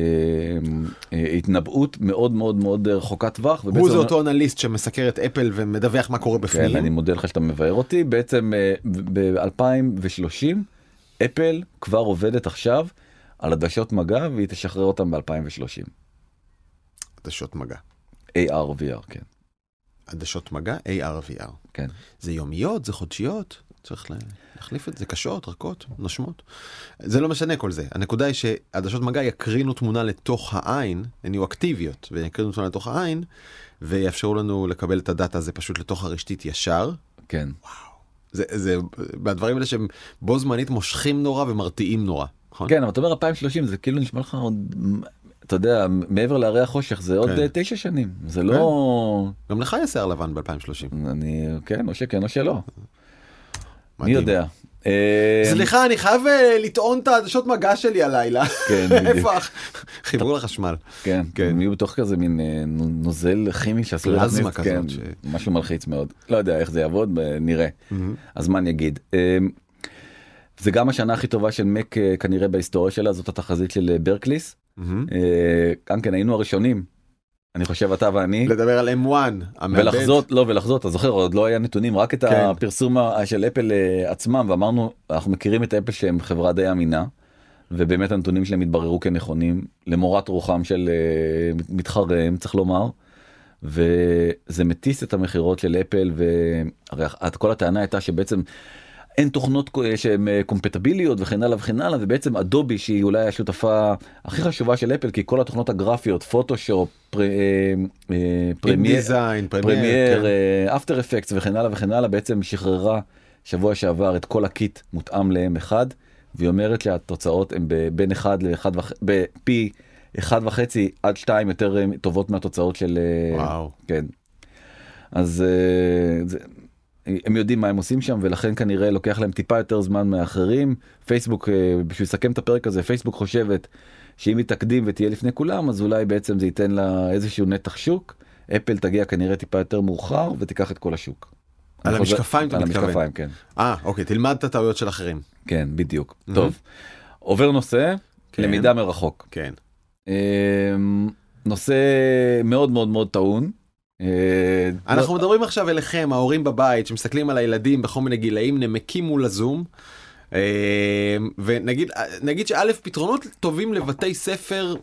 התנבאות מאוד מאוד מאוד רחוקת טווח. הוא זה אותו אנליסט שמסקר את אפל ומדווח מה קורה בפנים. כן, אני מודה לך שאתה מבאר אותי. בעצם ב-2030 אפל כבר עובדת עכשיו על עדשות מגע, והיא תשחרר אותם ב-2030. עדשות מגע. AR/VR, כן. עדשות מגע, AR/VR. כן. זה יומיות, זה חודשיות. צריך להחליף את זה, קשות, רכות, נשמות. זה לא משנה כל זה. הנקודה היא שעדשות מגע יקרינו תמונה לתוך העין, הן יהיו אקטיביות, ויקרינו תמונה לתוך העין, ויאפשרו לנו לקבל את הדאטה הזה פשוט לתוך הרשתית ישר. כן. וואו. זה בדברים האלה שהם בו זמנית מושכים נורא ומרתיעים נורא. נכון? כן, אבל אתה אומר 2030, זה כאילו נשמע לך עוד... אתה יודע, מעבר להרי החושך, זה עוד 9 שנים. זה לא... גם לך יהיה שיער לבן ב-2030. כן, או שכן או שלא. מי יודע. סליחה, אני חייב לטעון את העדשות מגע שלי הלילה. כן, איפה? חיבור לחשמל. כן, הם יהיו בתוך כזה מין נוזל כימי שעשו פלזמה כזאת. משהו מלחיץ מאוד. לא יודע איך זה יעבוד, נראה. אז מה אני אגיד? זה גם השנה הכי טובה של מק כנראה בהיסטוריה שלה, זאת התחזית של ברקליס. גם כן, היינו הראשונים. אני חושב אתה ואני לדבר על M1 ולחזות, אתה זוכר, עוד לא היה נתונים, רק את הפרסום של אפל עצמם, ואמרנו אנחנו מכירים את אפל שהם חברה די אמינה, ובאמת הנתונים שלהם התבררו כנכונים למורת רוחם של מתחרם, צריך לומר, וזה מטיס את המחירות של אפל, והרי כל הטענה הייתה שבעצם אין תוכנות שהן קומפטביליות וכן הלאה וכן הלאה, ובעצם אדובי שהיא אולי השותפה הכי חשובה של אפל, כי כל התוכנות הגרפיות, פוטושופ, פרמייר, אפטר אפקטס וכן הלאה וכן הלאה, בעצם שחררה שבוע שעבר את כל הקיט מותאם ל-M1, והיא אומרת שהתוצאות הן בין 1 ל-1 בפי 1.5 עד 2 יותר טובות מהתוצאות של... וואו. כן. אז הם יודעים מה הם עושים שם, ולכן כנראה לוקח להם טיפה יותר זמן מאחרים. פייסבוק, בשביל לסכם את הפרק הזה, פייסבוק חושבת שאם היא תקדים ותהיה לפני כולם, אז אולי בעצם זה ייתן לה איזשהו נתח שוק. אפל תגיע כנראה טיפה יותר מאוחר, ותיקח את כל השוק. על המשקפיים אתה מתכוון? על המשקפיים, כן. אוקיי, תלמד את הטעויות של אחרים. כן, בדיוק. טוב. עובר נושא, למידה מרחוק. כן. נושא מאוד מאוד מאוד טעון. אנחנו מדברים עכשיו אליכם, ההורים בבית, שמסתכלים על הילדים בכל מיני גילאים, נמקים מול הזום, ונגיד שא' פתרונות טובים לבתי ספר,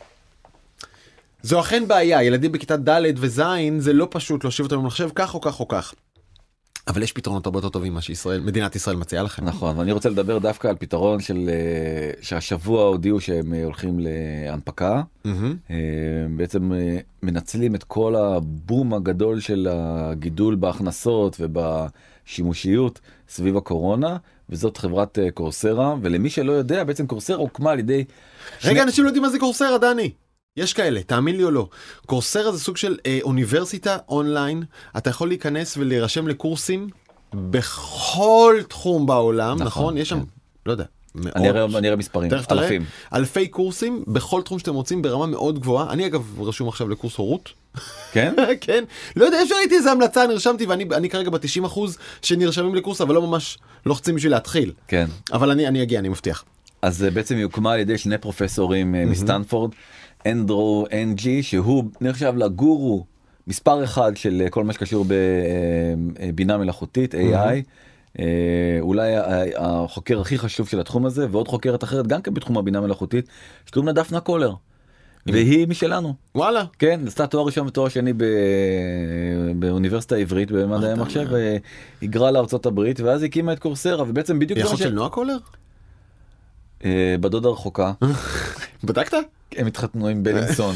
זו אכן בעיה, ילדים בכיתה ד' וז' זה לא פשוט להושיב אותם במחשב כך או כך או כך. אבל יש פתרונות הרבה יותר טובים מה שמדינת ישראל מציעה לכם. נכון, ואני רוצה לדבר דווקא על פתרון שהשבוע הודיעו שהם הולכים להנפקה. בעצם מנצלים את כל הבום הגדול של הגידול בהכנסות ובשימושיות סביב הקורונה, וזאת חברת קורסרה, ולמי שלא יודע, בעצם קורסרה הוקמה על ידי... רגע, אנשים לא יודעים מה זה קורסרה, דני. יש כאלה, תאמין לי או לא. קורסרה זה סוג של אוניברסיטה אונליין, אתה יכול להיכנס ולהירשם לקורסים בכל תחום בעולם, נכון? יש שם, לא יודע, מאות. אני אראה מספרים, אלפים. אלפי קורסים בכל תחום שאתם רוצים ברמה מאוד גבוהה. אני אגב רשום עכשיו לקורס הורות. כן? כן. לא יודע, אפשר ראיתי איזה המלצה, נרשמתי ואני כרגע ב-90% שנרשמים לקורס, אבל לא ממש לוחצים בשביל להתחיל. כן. אבל אני אגיע, אני מבטיח. אז בעצם היא הוקמה על ידי שני פרופסורים מסטנפורד, אנדרו אנג'י, שהוא נחשב לגורו מספר אחד של כל מה שקשור בבינה מלאכותית, AI, אולי החוקר הכי חשוב של התחום הזה, ועוד חוקרת אחרת גם כן בתחום הבינה מלאכותית, שקוראים לה דפנה קולר, והיא משלנו. וואלה. כן, עשתה תואר ראשון ותואר שני באוניברסיטה העברית במדעי המחשב, והיגרה לארצות הברית, ואז הקימה את קורסרה, ובעצם בדיוק... היא אחות של נועה קולר? בדודה רחוקה. בדקת? הם התחתנו עם בלינסון.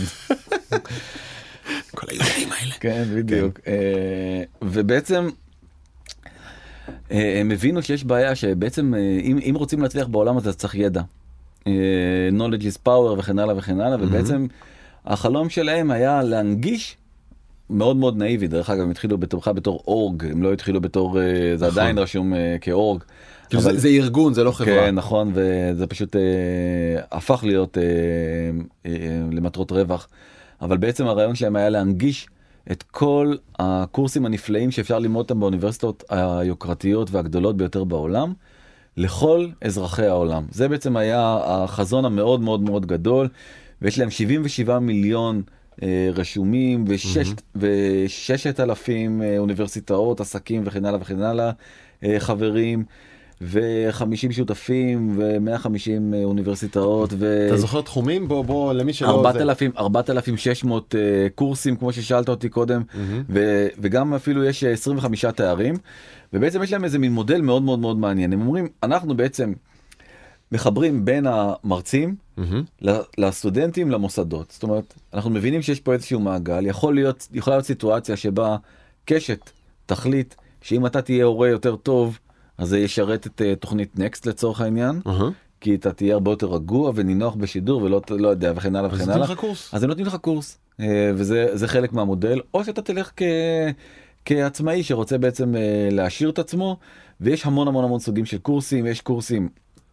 כל הילדים האלה. כן, בדיוק. ובעצם הם הבינו שיש בעיה שבעצם אם רוצים להצליח בעולם הזה צריך ידע. knowledge is power וכן הלאה וכן הלאה, ובעצם החלום שלהם היה להנגיש, מאוד מאוד נאיבי, דרך אגב, הם התחילו בתור אורג, הם לא התחילו בתור, זה עדיין רשום כאורג. זה ארגון, זה לא חברה. כן, נכון, וזה פשוט הפך להיות למטרות רווח. אבל בעצם הרעיון שלהם היה להנגיש את כל הקורסים הנפלאים שאפשר ללמוד אותם באוניברסיטות היוקרתיות והגדולות ביותר בעולם, לכל אזרחי העולם. זה בעצם היה החזון המאוד מאוד מאוד גדול, ויש להם 77 מיליון רשומים, ו6,000 אוניברסיטאות, עסקים וכן הלאה וכן הלאה, חברים. ו50 שותפים ו150 אוניברסיטאות אתה זוכר תחומים? בוא למי שלא... 4,600 קורסים כמו ששאלת אותי קודם, וגם אפילו יש 25 תארים, ובעצם יש להם איזה מין מודל מאוד מאוד מאוד מעניין. הם אומרים, אנחנו בעצם מחברים בין המרצים לסטודנטים למוסדות. זאת אומרת, אנחנו מבינים שיש פה איזשהו מעגל, יכולה להיות סיטואציה שבה קשת תחליט שאם אתה תהיה הורה יותר טוב, אז זה ישרת את תוכנית נקסט לצורך העניין, כי אתה תהיה הרבה יותר רגוע ונינוח בשידור ולא יודע וכן הלאה וכן הלאה. אז הם נותנים לך קורס, וזה חלק מהמודל, או שאתה תלך כעצמאי שרוצה בעצם להשאיר את עצמו, ויש המון המון המון סוגים של קורסים, יש קורסים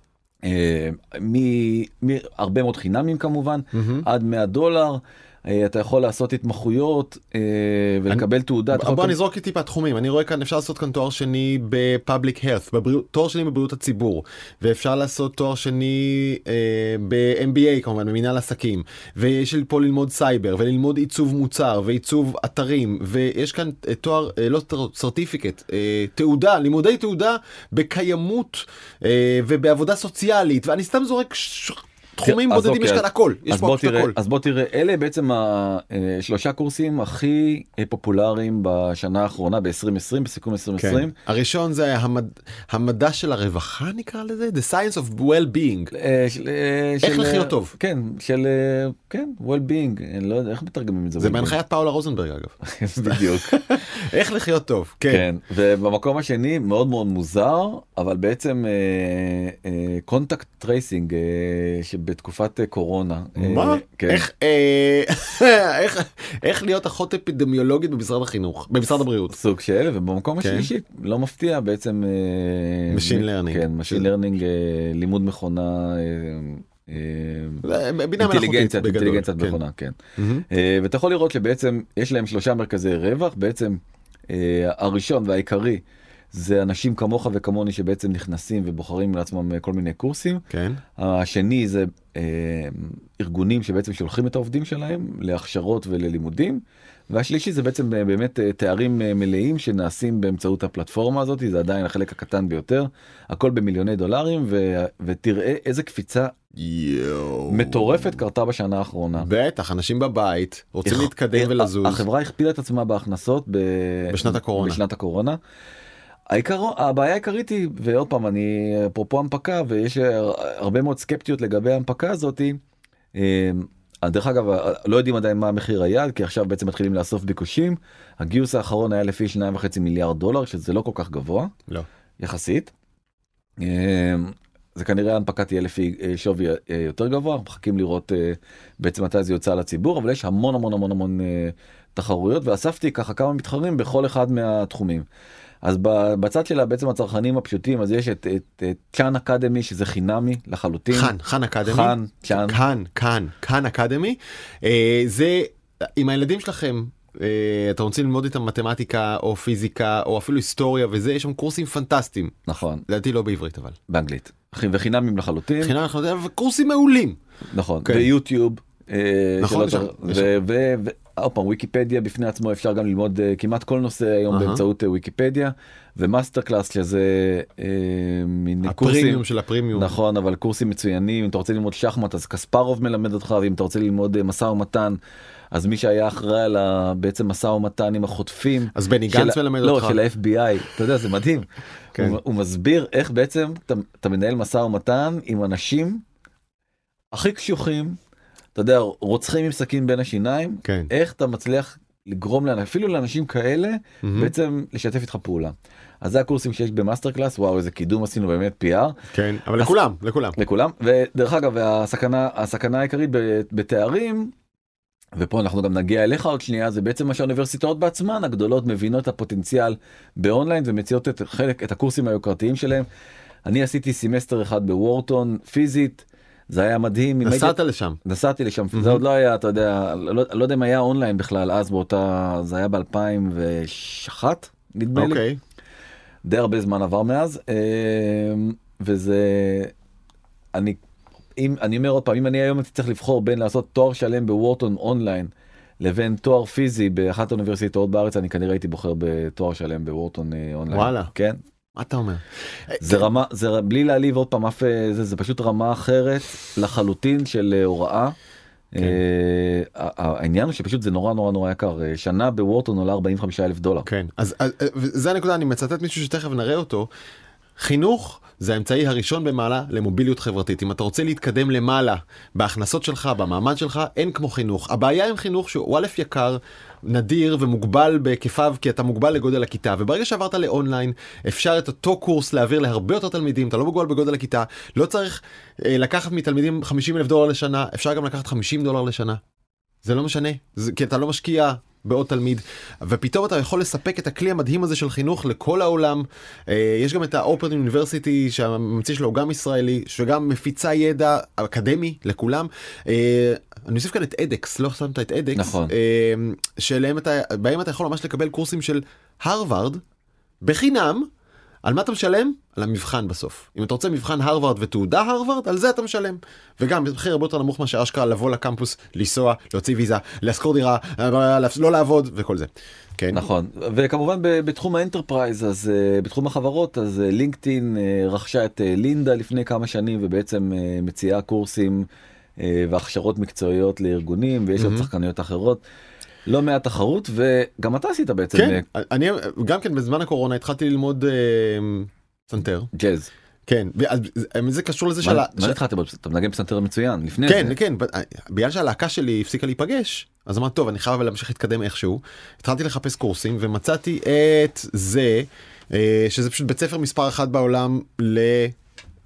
מהרבה מאוד חינמים כמובן, עד $100, אתה יכול לעשות התמחויות ולקבל תעודה. בוא נזרוק איתי בתחומים, אני רואה כאן אפשר לעשות כאן תואר שני בפאבליק הלת, תואר שני בבריאות הציבור, ואפשר לעשות תואר שני ב-MBA כמובן, במנהל עסקים, ויש פה ללמוד סייבר, וללמוד עיצוב מוצר, ועיצוב אתרים, ויש כאן תואר, לא סרטיפיקט, תעודה, לימודי תעודה בקיימות ובעבודה סוציאלית, ואני סתם זורק תחומים בודדים, יש כאן הכל, יש פה הכל. אז בוא תראה, אלה בעצם השלושה קורסים הכי פופולריים בשנה האחרונה, ב-2020, בסיכום 2020. הראשון זה המדע של הרווחה נקרא לזה, The Science of Well-being. איך לחיות טוב. כן, כן, Well-being, אני לא יודע, איך מתרגמים את זה? זה בהנחיית פאולה רוזנברג אגב. בדיוק. איך לחיות טוב, כן. ובמקום השני, מאוד מאוד מוזר, אבל בעצם Contact Tracing, בתקופת קורונה. מה? איך להיות אחות אפידמיולוגית במשרד החינוך, במשרד הבריאות? סוג של, ובמקום השלישי, לא מפתיע בעצם... Machine Learning. כן, Machine Learning, לימוד מכונה, אינטליגנציית מכונה, כן. ואתה יכול לראות שבעצם יש להם 3 מרכזי רווח, בעצם הראשון והעיקרי, זה אנשים כמוך וכמוני שבעצם נכנסים ובוחרים לעצמם כל מיני קורסים. כן. השני זה ארגונים שבעצם שולחים את העובדים שלהם להכשרות וללימודים. והשלישי זה בעצם באמת תארים מלאים שנעשים באמצעות הפלטפורמה הזאת, זה עדיין החלק הקטן ביותר, הכל במיליוני דולרים, ותראה איזה קפיצה מטורפת קרתה בשנה האחרונה. בטח, אנשים בבית רוצים להתקדם ולזוז. החברה הכפילה את עצמה בהכנסות בשנת הקורונה. הבעיה העיקרית היא, ועוד פעם, אני אפרופו המפקה, ויש הרבה מאוד סקפטיות לגבי ההנפקה הזאת, דרך אגב, לא יודעים עדיין מה המחיר היעד, כי עכשיו בעצם מתחילים לאסוף ביקושים, הגיוס האחרון היה לפי $2.5 מיליארד, שזה לא כל כך גבוה, לא. יחסית. זה כנראה ההנפקה תהיה לפי שווי יותר גבוה, מחכים לראות בעצם מתי זה יוצא לציבור, אבל יש המון המון המון המון תחרויות, ואספתי ככה כמה מתחרים בכל אחד מהתחומים. אז בצד שלה בעצם הצרכנים הפשוטים, אז יש את צ'אן אקדמי, שזה חינמי לחלוטין. חן אקדמי. חן אקדמי. זה, עם הילדים שלכם, אתה רוצים ללמוד איתם מתמטיקה או פיזיקה או אפילו היסטוריה וזה, יש שם קורסים פנטסטיים. נכון. לדעתי לא בעברית אבל. באנגלית. וחינמים לחלוטין. חינמים לחלוטין, וקורסים מעולים. נכון. ויוטיוב. נכון. עוד פעם, ויקיפדיה בפני עצמו אפשר גם ללמוד כמעט כל נושא היום באמצעות ויקיפדיה, ומאסטר קלאס שזה הפרימיום של הפרימיום. נכון, אבל קורסים מצוינים, אם אתה רוצה ללמוד שחמט אז קספרוב מלמד אותך, ואם אתה רוצה ללמוד משא ומתן, אז מי שהיה אחראי על בעצם משא ומתן עם החוטפים. אז בני גנץ מלמד אותך. לא, של ה-FBI, אתה יודע, זה מדהים. הוא מסביר איך בעצם אתה מנהל משא ומתן עם אנשים הכי קשוחים, אתה יודע, רוצחים עם סכין בין השיניים, כן. איך אתה מצליח לגרום אפילו לאנשים כאלה, בעצם לשתף איתך פעולה. אז זה הקורסים שיש במאסטר קלאס, וואו, איזה קידום עשינו באמת PR. כן, אבל לכולם. לכולם, ודרך אגב, הסכנה העיקרית בתארים, ופה אנחנו גם נגיע אליך עוד שנייה, זה בעצם מה שהאוניברסיטאות בעצמן הגדולות מבינות את הפוטנציאל באונליין, ומציעות את הקורסים היוקרתיים שלהם. אני עשיתי סמסטר אחד בוורטון, פיזית, זה היה מדהים. נסעת לשם? נסעתי לשם, זה עוד לא היה, אתה יודע, לא יודע אם היה אונליין בכלל, אז זה היה ב-2001, נדמה לי. אוקיי. די הרבה זמן עבר מאז, וזה, אני אומר עוד פעם, אם אני היום הייתי צריך לבחור בין לעשות תואר שלם בוורטון אונליין, לבין תואר פיזי באחת האוניברסיטאות בארץ, אני כנראה הייתי בוחר בתואר שלם בוורטון אונליין. וואלה. כן. מה אתה אומר? זה רמה, זה בלי להעליב עוד פעם, זה פשוט רמה אחרת לחלוטין של הוראה. העניין הוא שפשוט זה נורא נורא נורא יקר. שנה בוורטון עולה $45,000. כן, אז זה הנקודה, אני מצטט מישהו שתכף נראה אותו. חינוך זה האמצעי הראשון במעלה למוביליות חברתית. אם אתה רוצה להתקדם למעלה בהכנסות שלך, במעמד שלך, אין כמו חינוך. הבעיה עם חינוך שהוא א' יקר, נדיר ומוגבל בהיקפיו, כי אתה מוגבל לגודל הכיתה. וברגע שעברת לאונליין, אפשר את אותו קורס להעביר להרבה יותר תלמידים. אתה לא מוגבל בגודל הכיתה. לא צריך לקחת מתלמידים $50,000 לשנה. אפשר גם לקחת $50 לשנה. זה לא משנה. כי אתה לא משקיע בעוד תלמיד, ופתאום אתה יכול לספק את הכלי המדהים הזה של חינוך לכל העולם. יש גם את ה-Open University שהממציא שלו גם ישראלי, שגם מפיצה ידע אקדמי לכולם. אני אוסיף כאן את edX, לא שמת את edX, נכון. בהם אתה יכול ממש לקבל קורסים של הרווארד בחינם. על מה אתה משלם? על המבחן בסוף. אם אתה רוצה מבחן הרווארד ותעודה הרווארד, על זה אתה משלם. וגם, מחיר הרבה יותר נמוך מאשר אשכרה לבוא לקמפוס, לנסוע, להוציא ויזה, להשכור דירה, לא לעבוד וכל זה. כן. נכון. וכמובן בתחום האנטרפרייז, אז בתחום החברות, אז לינקדאין רכשה את לינדה לפני כמה שנים, ובעצם מציעה קורסים והכשרות מקצועיות לארגונים, ויש עוד שחקניות אחרות. לא מעט תחרות, וגם אתה עשית בעצם. כן, אני גם כן בזמן הקורונה התחלתי ללמוד פסנתר. ג'אז. כן, זה קשור לזה מה התחלתי? אתה מנגן פסנתר מצוין, לפני זה. כן, כן, בגלל שהלהקה שלי הפסיקה להיפגש, אז אמרתי, טוב, אני חייב להמשיך להתקדם איכשהו. התחלתי לחפש קורסים, ומצאתי את זה, שזה פשוט בית ספר מספר 1 בעולם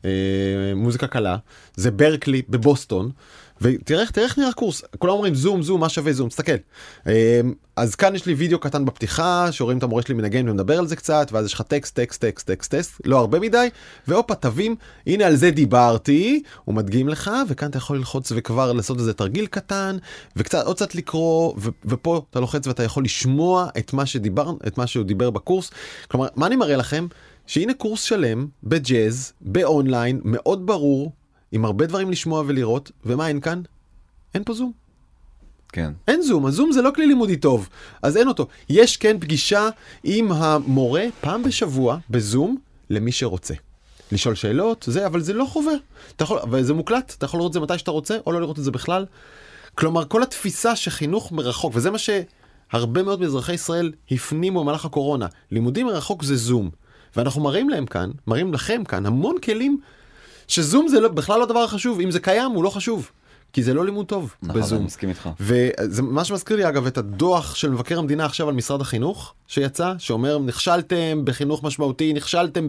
מוזיקה קלה, זה ברקלי בבוסטון, ותראה איך נראה קורס, כולם אומרים זום, מה שווה זום, תסתכל. אז כאן יש לי וידאו קטן בפתיחה, שרואים את המורה שלי מנגן ומדבר על זה קצת, ואז יש לך טקסט, לא הרבה מדי, ואופה, תווים, הנה על זה דיברתי, הוא מדגים לך, וכאן אתה יכול ללחוץ וכבר לעשות איזה תרגיל קטן, עוד קצת לקרוא, ופה אתה לוחץ ואתה יכול לשמוע את מה שהוא דיבר בקורס. כלומר, מה אני מראה לכם? שהנה קורס שלם, בג'אז, באונליין, מאוד ברור, עם הרבה דברים לשמוע ולראות, ומה אין כאן? אין פה זום. כן. אין זום, הזום זה לא כלי לימודי טוב, אז אין אותו. יש כן פגישה עם המורה פעם בשבוע בזום למי שרוצה. לשאול שאלות, אבל זה לא חובה. וזה מוקלט, אתה יכול לראות את זה מתי שאתה רוצה, או לא לראות את זה בכלל. כלומר, כל התפיסה שחינוך מרחוק, וזה מה שהרבה מאוד מאזרחי ישראל הפנימו במהלך הקורונה, לימודים מרחוק זה זום. ואנחנו מראים לכם כאן המון כלים שזום זה בכלל לא הדבר החשוב, אם זה קיים הוא לא חשוב, כי זה לא לימוד טוב בזום. אני מסכים איתך. וזה מה שמזכיר לי אגב את הדוח של מבקר המדינה עכשיו על משרד החינוך שיצא, שאומר נכשלתם בחינוך משמעותי, נכשלתם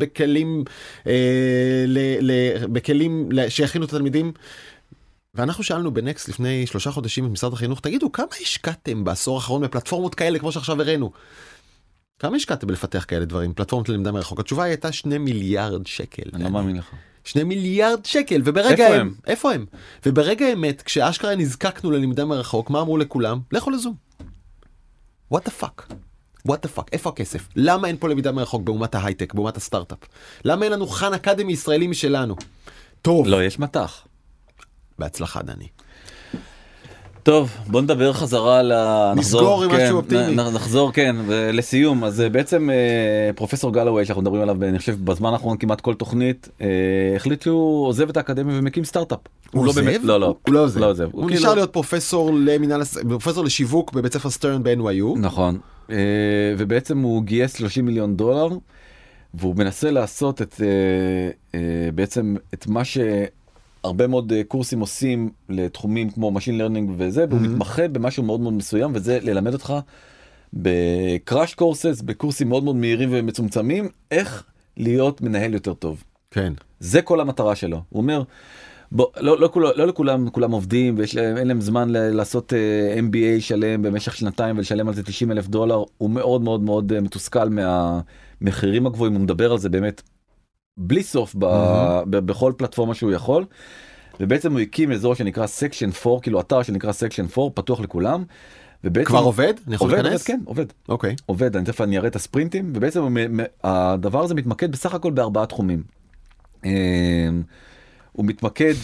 בכלים שיכינו את התלמידים, ואנחנו שאלנו בנקסט לפני 3 חודשים במשרד החינוך, תגידו כמה השקעתם בעשור האחרון בפלטפורמות כאלה כמו שעכשיו הראינו? כמה השקעתם בלפתח כאלה דברים, פלטפורמות ללמידה מרחוק? התשובה הייתה 2 מיליארד שקל. אני לא מאמין לך. 2 מיליארד שקל, וברגע איפה הם? וברגע האמת, כשאשכרה נזקקנו ללמידה מרחוק, מה אמרו לכולם? לכו לזום. What the fuck? איפה הכסף? למה אין פה למידה מרחוק באומת ההייטק, באומת הסטארט-אפ? למה אין לנו חן אקדמי ישראלי משלנו? טוב. לא, יש מתח. בהצלחה, דני. טוב, בוא נדבר חזרה נסגור עם משהו אופטימי. נחזור, כן, ולסיום, אז בעצם פרופסור גלווי, שאנחנו מדברים עליו, אני חושב, בזמן האחרון כמעט כל תוכנית, החליט שהוא עוזב את האקדמיה ומקים סטארט-אפ. הוא עוזב? לא. הוא לא עוזב. הוא נשאר להיות פרופסור לשיווק בבית ספר סטרן ב-NYU. נכון, ובעצם הוא גייס $30 מיליון, והוא מנסה לעשות בעצם את מה הרבה מאוד קורסים עושים לתחומים כמו Machine Learning וזה, והוא מתמחה במשהו מאוד מאוד מסוים, וזה ללמד אותך בקראש קורסס, בקורסים מאוד מאוד מהירים ומצומצמים, איך להיות מנהל יותר טוב. כן. זה כל המטרה שלו. הוא אומר, לא לכולם עובדים, ואין להם זמן לעשות MBA שלם במשך 2 ולשלם על זה $90,000, הוא מאוד מאוד מאוד מתוסכל מהמחירים הגבוהים, הוא מדבר על זה באמת, בלי סוף בכל פלטפורמה שהוא יכול, ובעצם הוא הקים אזור שנקרא Section 4, כאילו אתר שנקרא Section 4, פתוח לכולם. כבר עובד? אני יכול להיכנס? כן, עובד. אוקיי. עובד, אני תכף אני אראה את הספרינטים, ובעצם הדבר הזה מתמקד בסך הכל ב4 תחומים. הוא מתמקד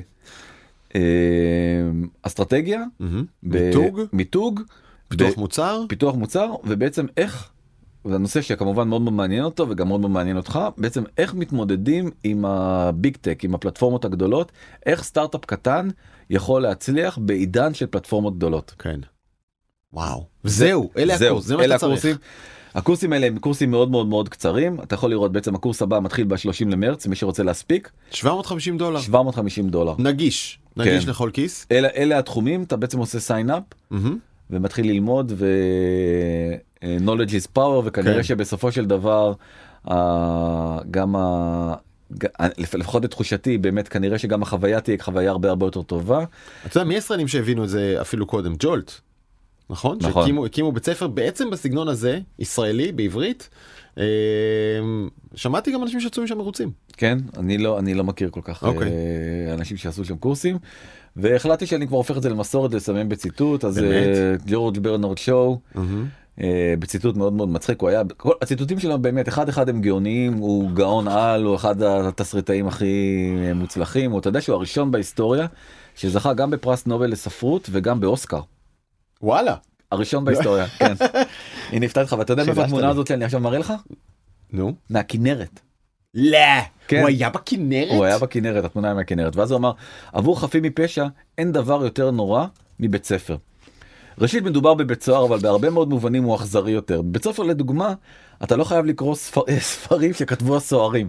באסטרטגיה, מיתוג, פיתוח מוצר, ובעצם איך, זה הנושא שכמובן מאוד מאוד מעניין אותו וגם מאוד מאוד מעניין אותך, בעצם איך מתמודדים עם הביג טק, עם הפלטפורמות הגדולות, איך סטארט-אפ קטן יכול להצליח בעידן של פלטפורמות גדולות. כן. וואו. זהו, אלה הקורס, זה מה שאתה צריך. הקורסים האלה הם קורסים מאוד מאוד מאוד קצרים, אתה יכול לראות בעצם הקורס הבא מתחיל ב-30 למרץ, מי שרוצה להספיק. $750. $750. נגיש לכל כיס. אלה התחומים, אתה בעצם עושה sign up, ומתחיל ללמוד, knowledge is power, וכנראה שבסופו של דבר, גם לפחות לתחושתי, באמת כנראה שגם החוויה תהיה חוויה הרבה הרבה יותר טובה. אתה יודע, מי הישראלים שהבינו את זה אפילו קודם? ג'ולט. נכון? שהקימו בית ספר בעצם בסגנון הזה, ישראלי, בעברית. שמעתי גם אנשים שיצאו משם מרוצים. כן, אני לא מכיר כל כך אנשים שעשו שם קורסים, והחלטתי שאני כבר הופך את זה למסורת לסיים בציטוט, אז ג'ורג' ברנרד שואו, בציטוט מאוד מאוד מצחיק, הציטוטים שלנו באמת, אחד הם גאוניים, הוא גאון על, הוא אחד התסריטאים הכי מוצלחים, אתה יודע שהוא הראשון בהיסטוריה, שזכה גם בפרס נובל לספרות וגם באוסקר. וואלה. הראשון בהיסטוריה, כן. הנה הפתעתי לך, ואתה יודע מאיפה התמונה הזאת שאני עכשיו מראה לך? נו. מהכינרת. לא, הוא היה בכינרת? הוא היה בכינרת, התמונה היה מהכינרת. ואז הוא אמר, עבור חפים מפשע אין דבר יותר נורא מבית ספר. ראשית מדובר בבית סוהר, אבל בהרבה מאוד מובנים הוא אכזרי יותר. בבית ספר לדוגמה, אתה לא חייב לקרוא ספרים שכתבו הסוהרים.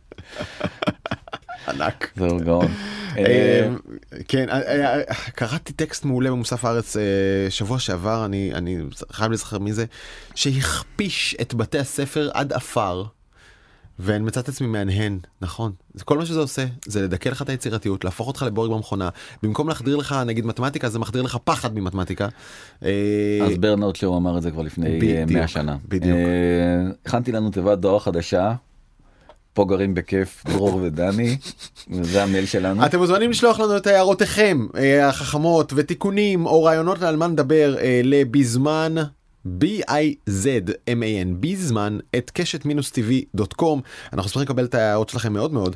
ענק. זהו גאון. כן, קראתי טקסט מעולה במוסף הארץ שבוע שעבר, אני חייב לזכר מי זה, שהכפיש את בתי הספר עד אפר, ואני מצא את עצמי מהנהן, נכון. כל מה שזה עושה, זה לדכא לך את היצירתיות, להפוך אותך לבורג במכונה. במקום להחדיר לך, נגיד, מתמטיקה, זה מחדיר לך פחד ממתמטיקה. אז ברנארד שואו אמר את זה כבר לפני 100 שנה. בדיוק. הכנתי לנו תיבת דואר חדשה, פה גרים בכיף, דרור ודני, וזה המייל שלנו. אתם מוזמנים לשלוח לנו את הערותיכם, החכמות ותיקונים, או רעיונות על מה נדבר, לבזמן, B-I-Z-M-A-N, בזמן, @keshet-tv.com. אנחנו שמחים לקבל את ההערות שלכם מאוד מאוד,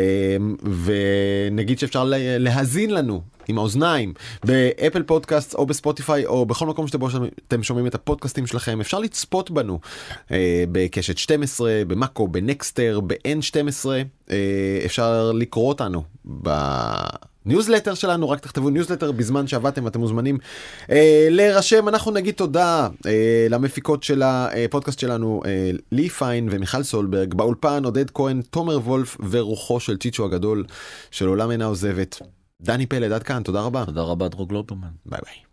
ונגיד שאפשר להאזין לנו עם האוזניים באפל פודקאסט או בספוטיפיי או בכל מקום שאתם שומעים את הפודקאסטים שלכם. אפשר לצפות בנו בקשת 12, במאקו, בנקסטר, ב-N12. אפשר לקרוא אותנו ניוזלטר שלנו, רק תכתבו ניוזלטר בזמן שעבדתם ואתם מוזמנים להירשם. אנחנו נגיד תודה למפיקות של הפודקאסט שלנו, לי פיין ומיכל סולברג, באולפן עודד כהן, תומר וולף ורוחו של צ'יצ'ו הגדול של עולם אינה עוזבת, דני פלד. עד כאן, תודה רבה. תודה רבה דרור גלוטרמן. ביי ביי.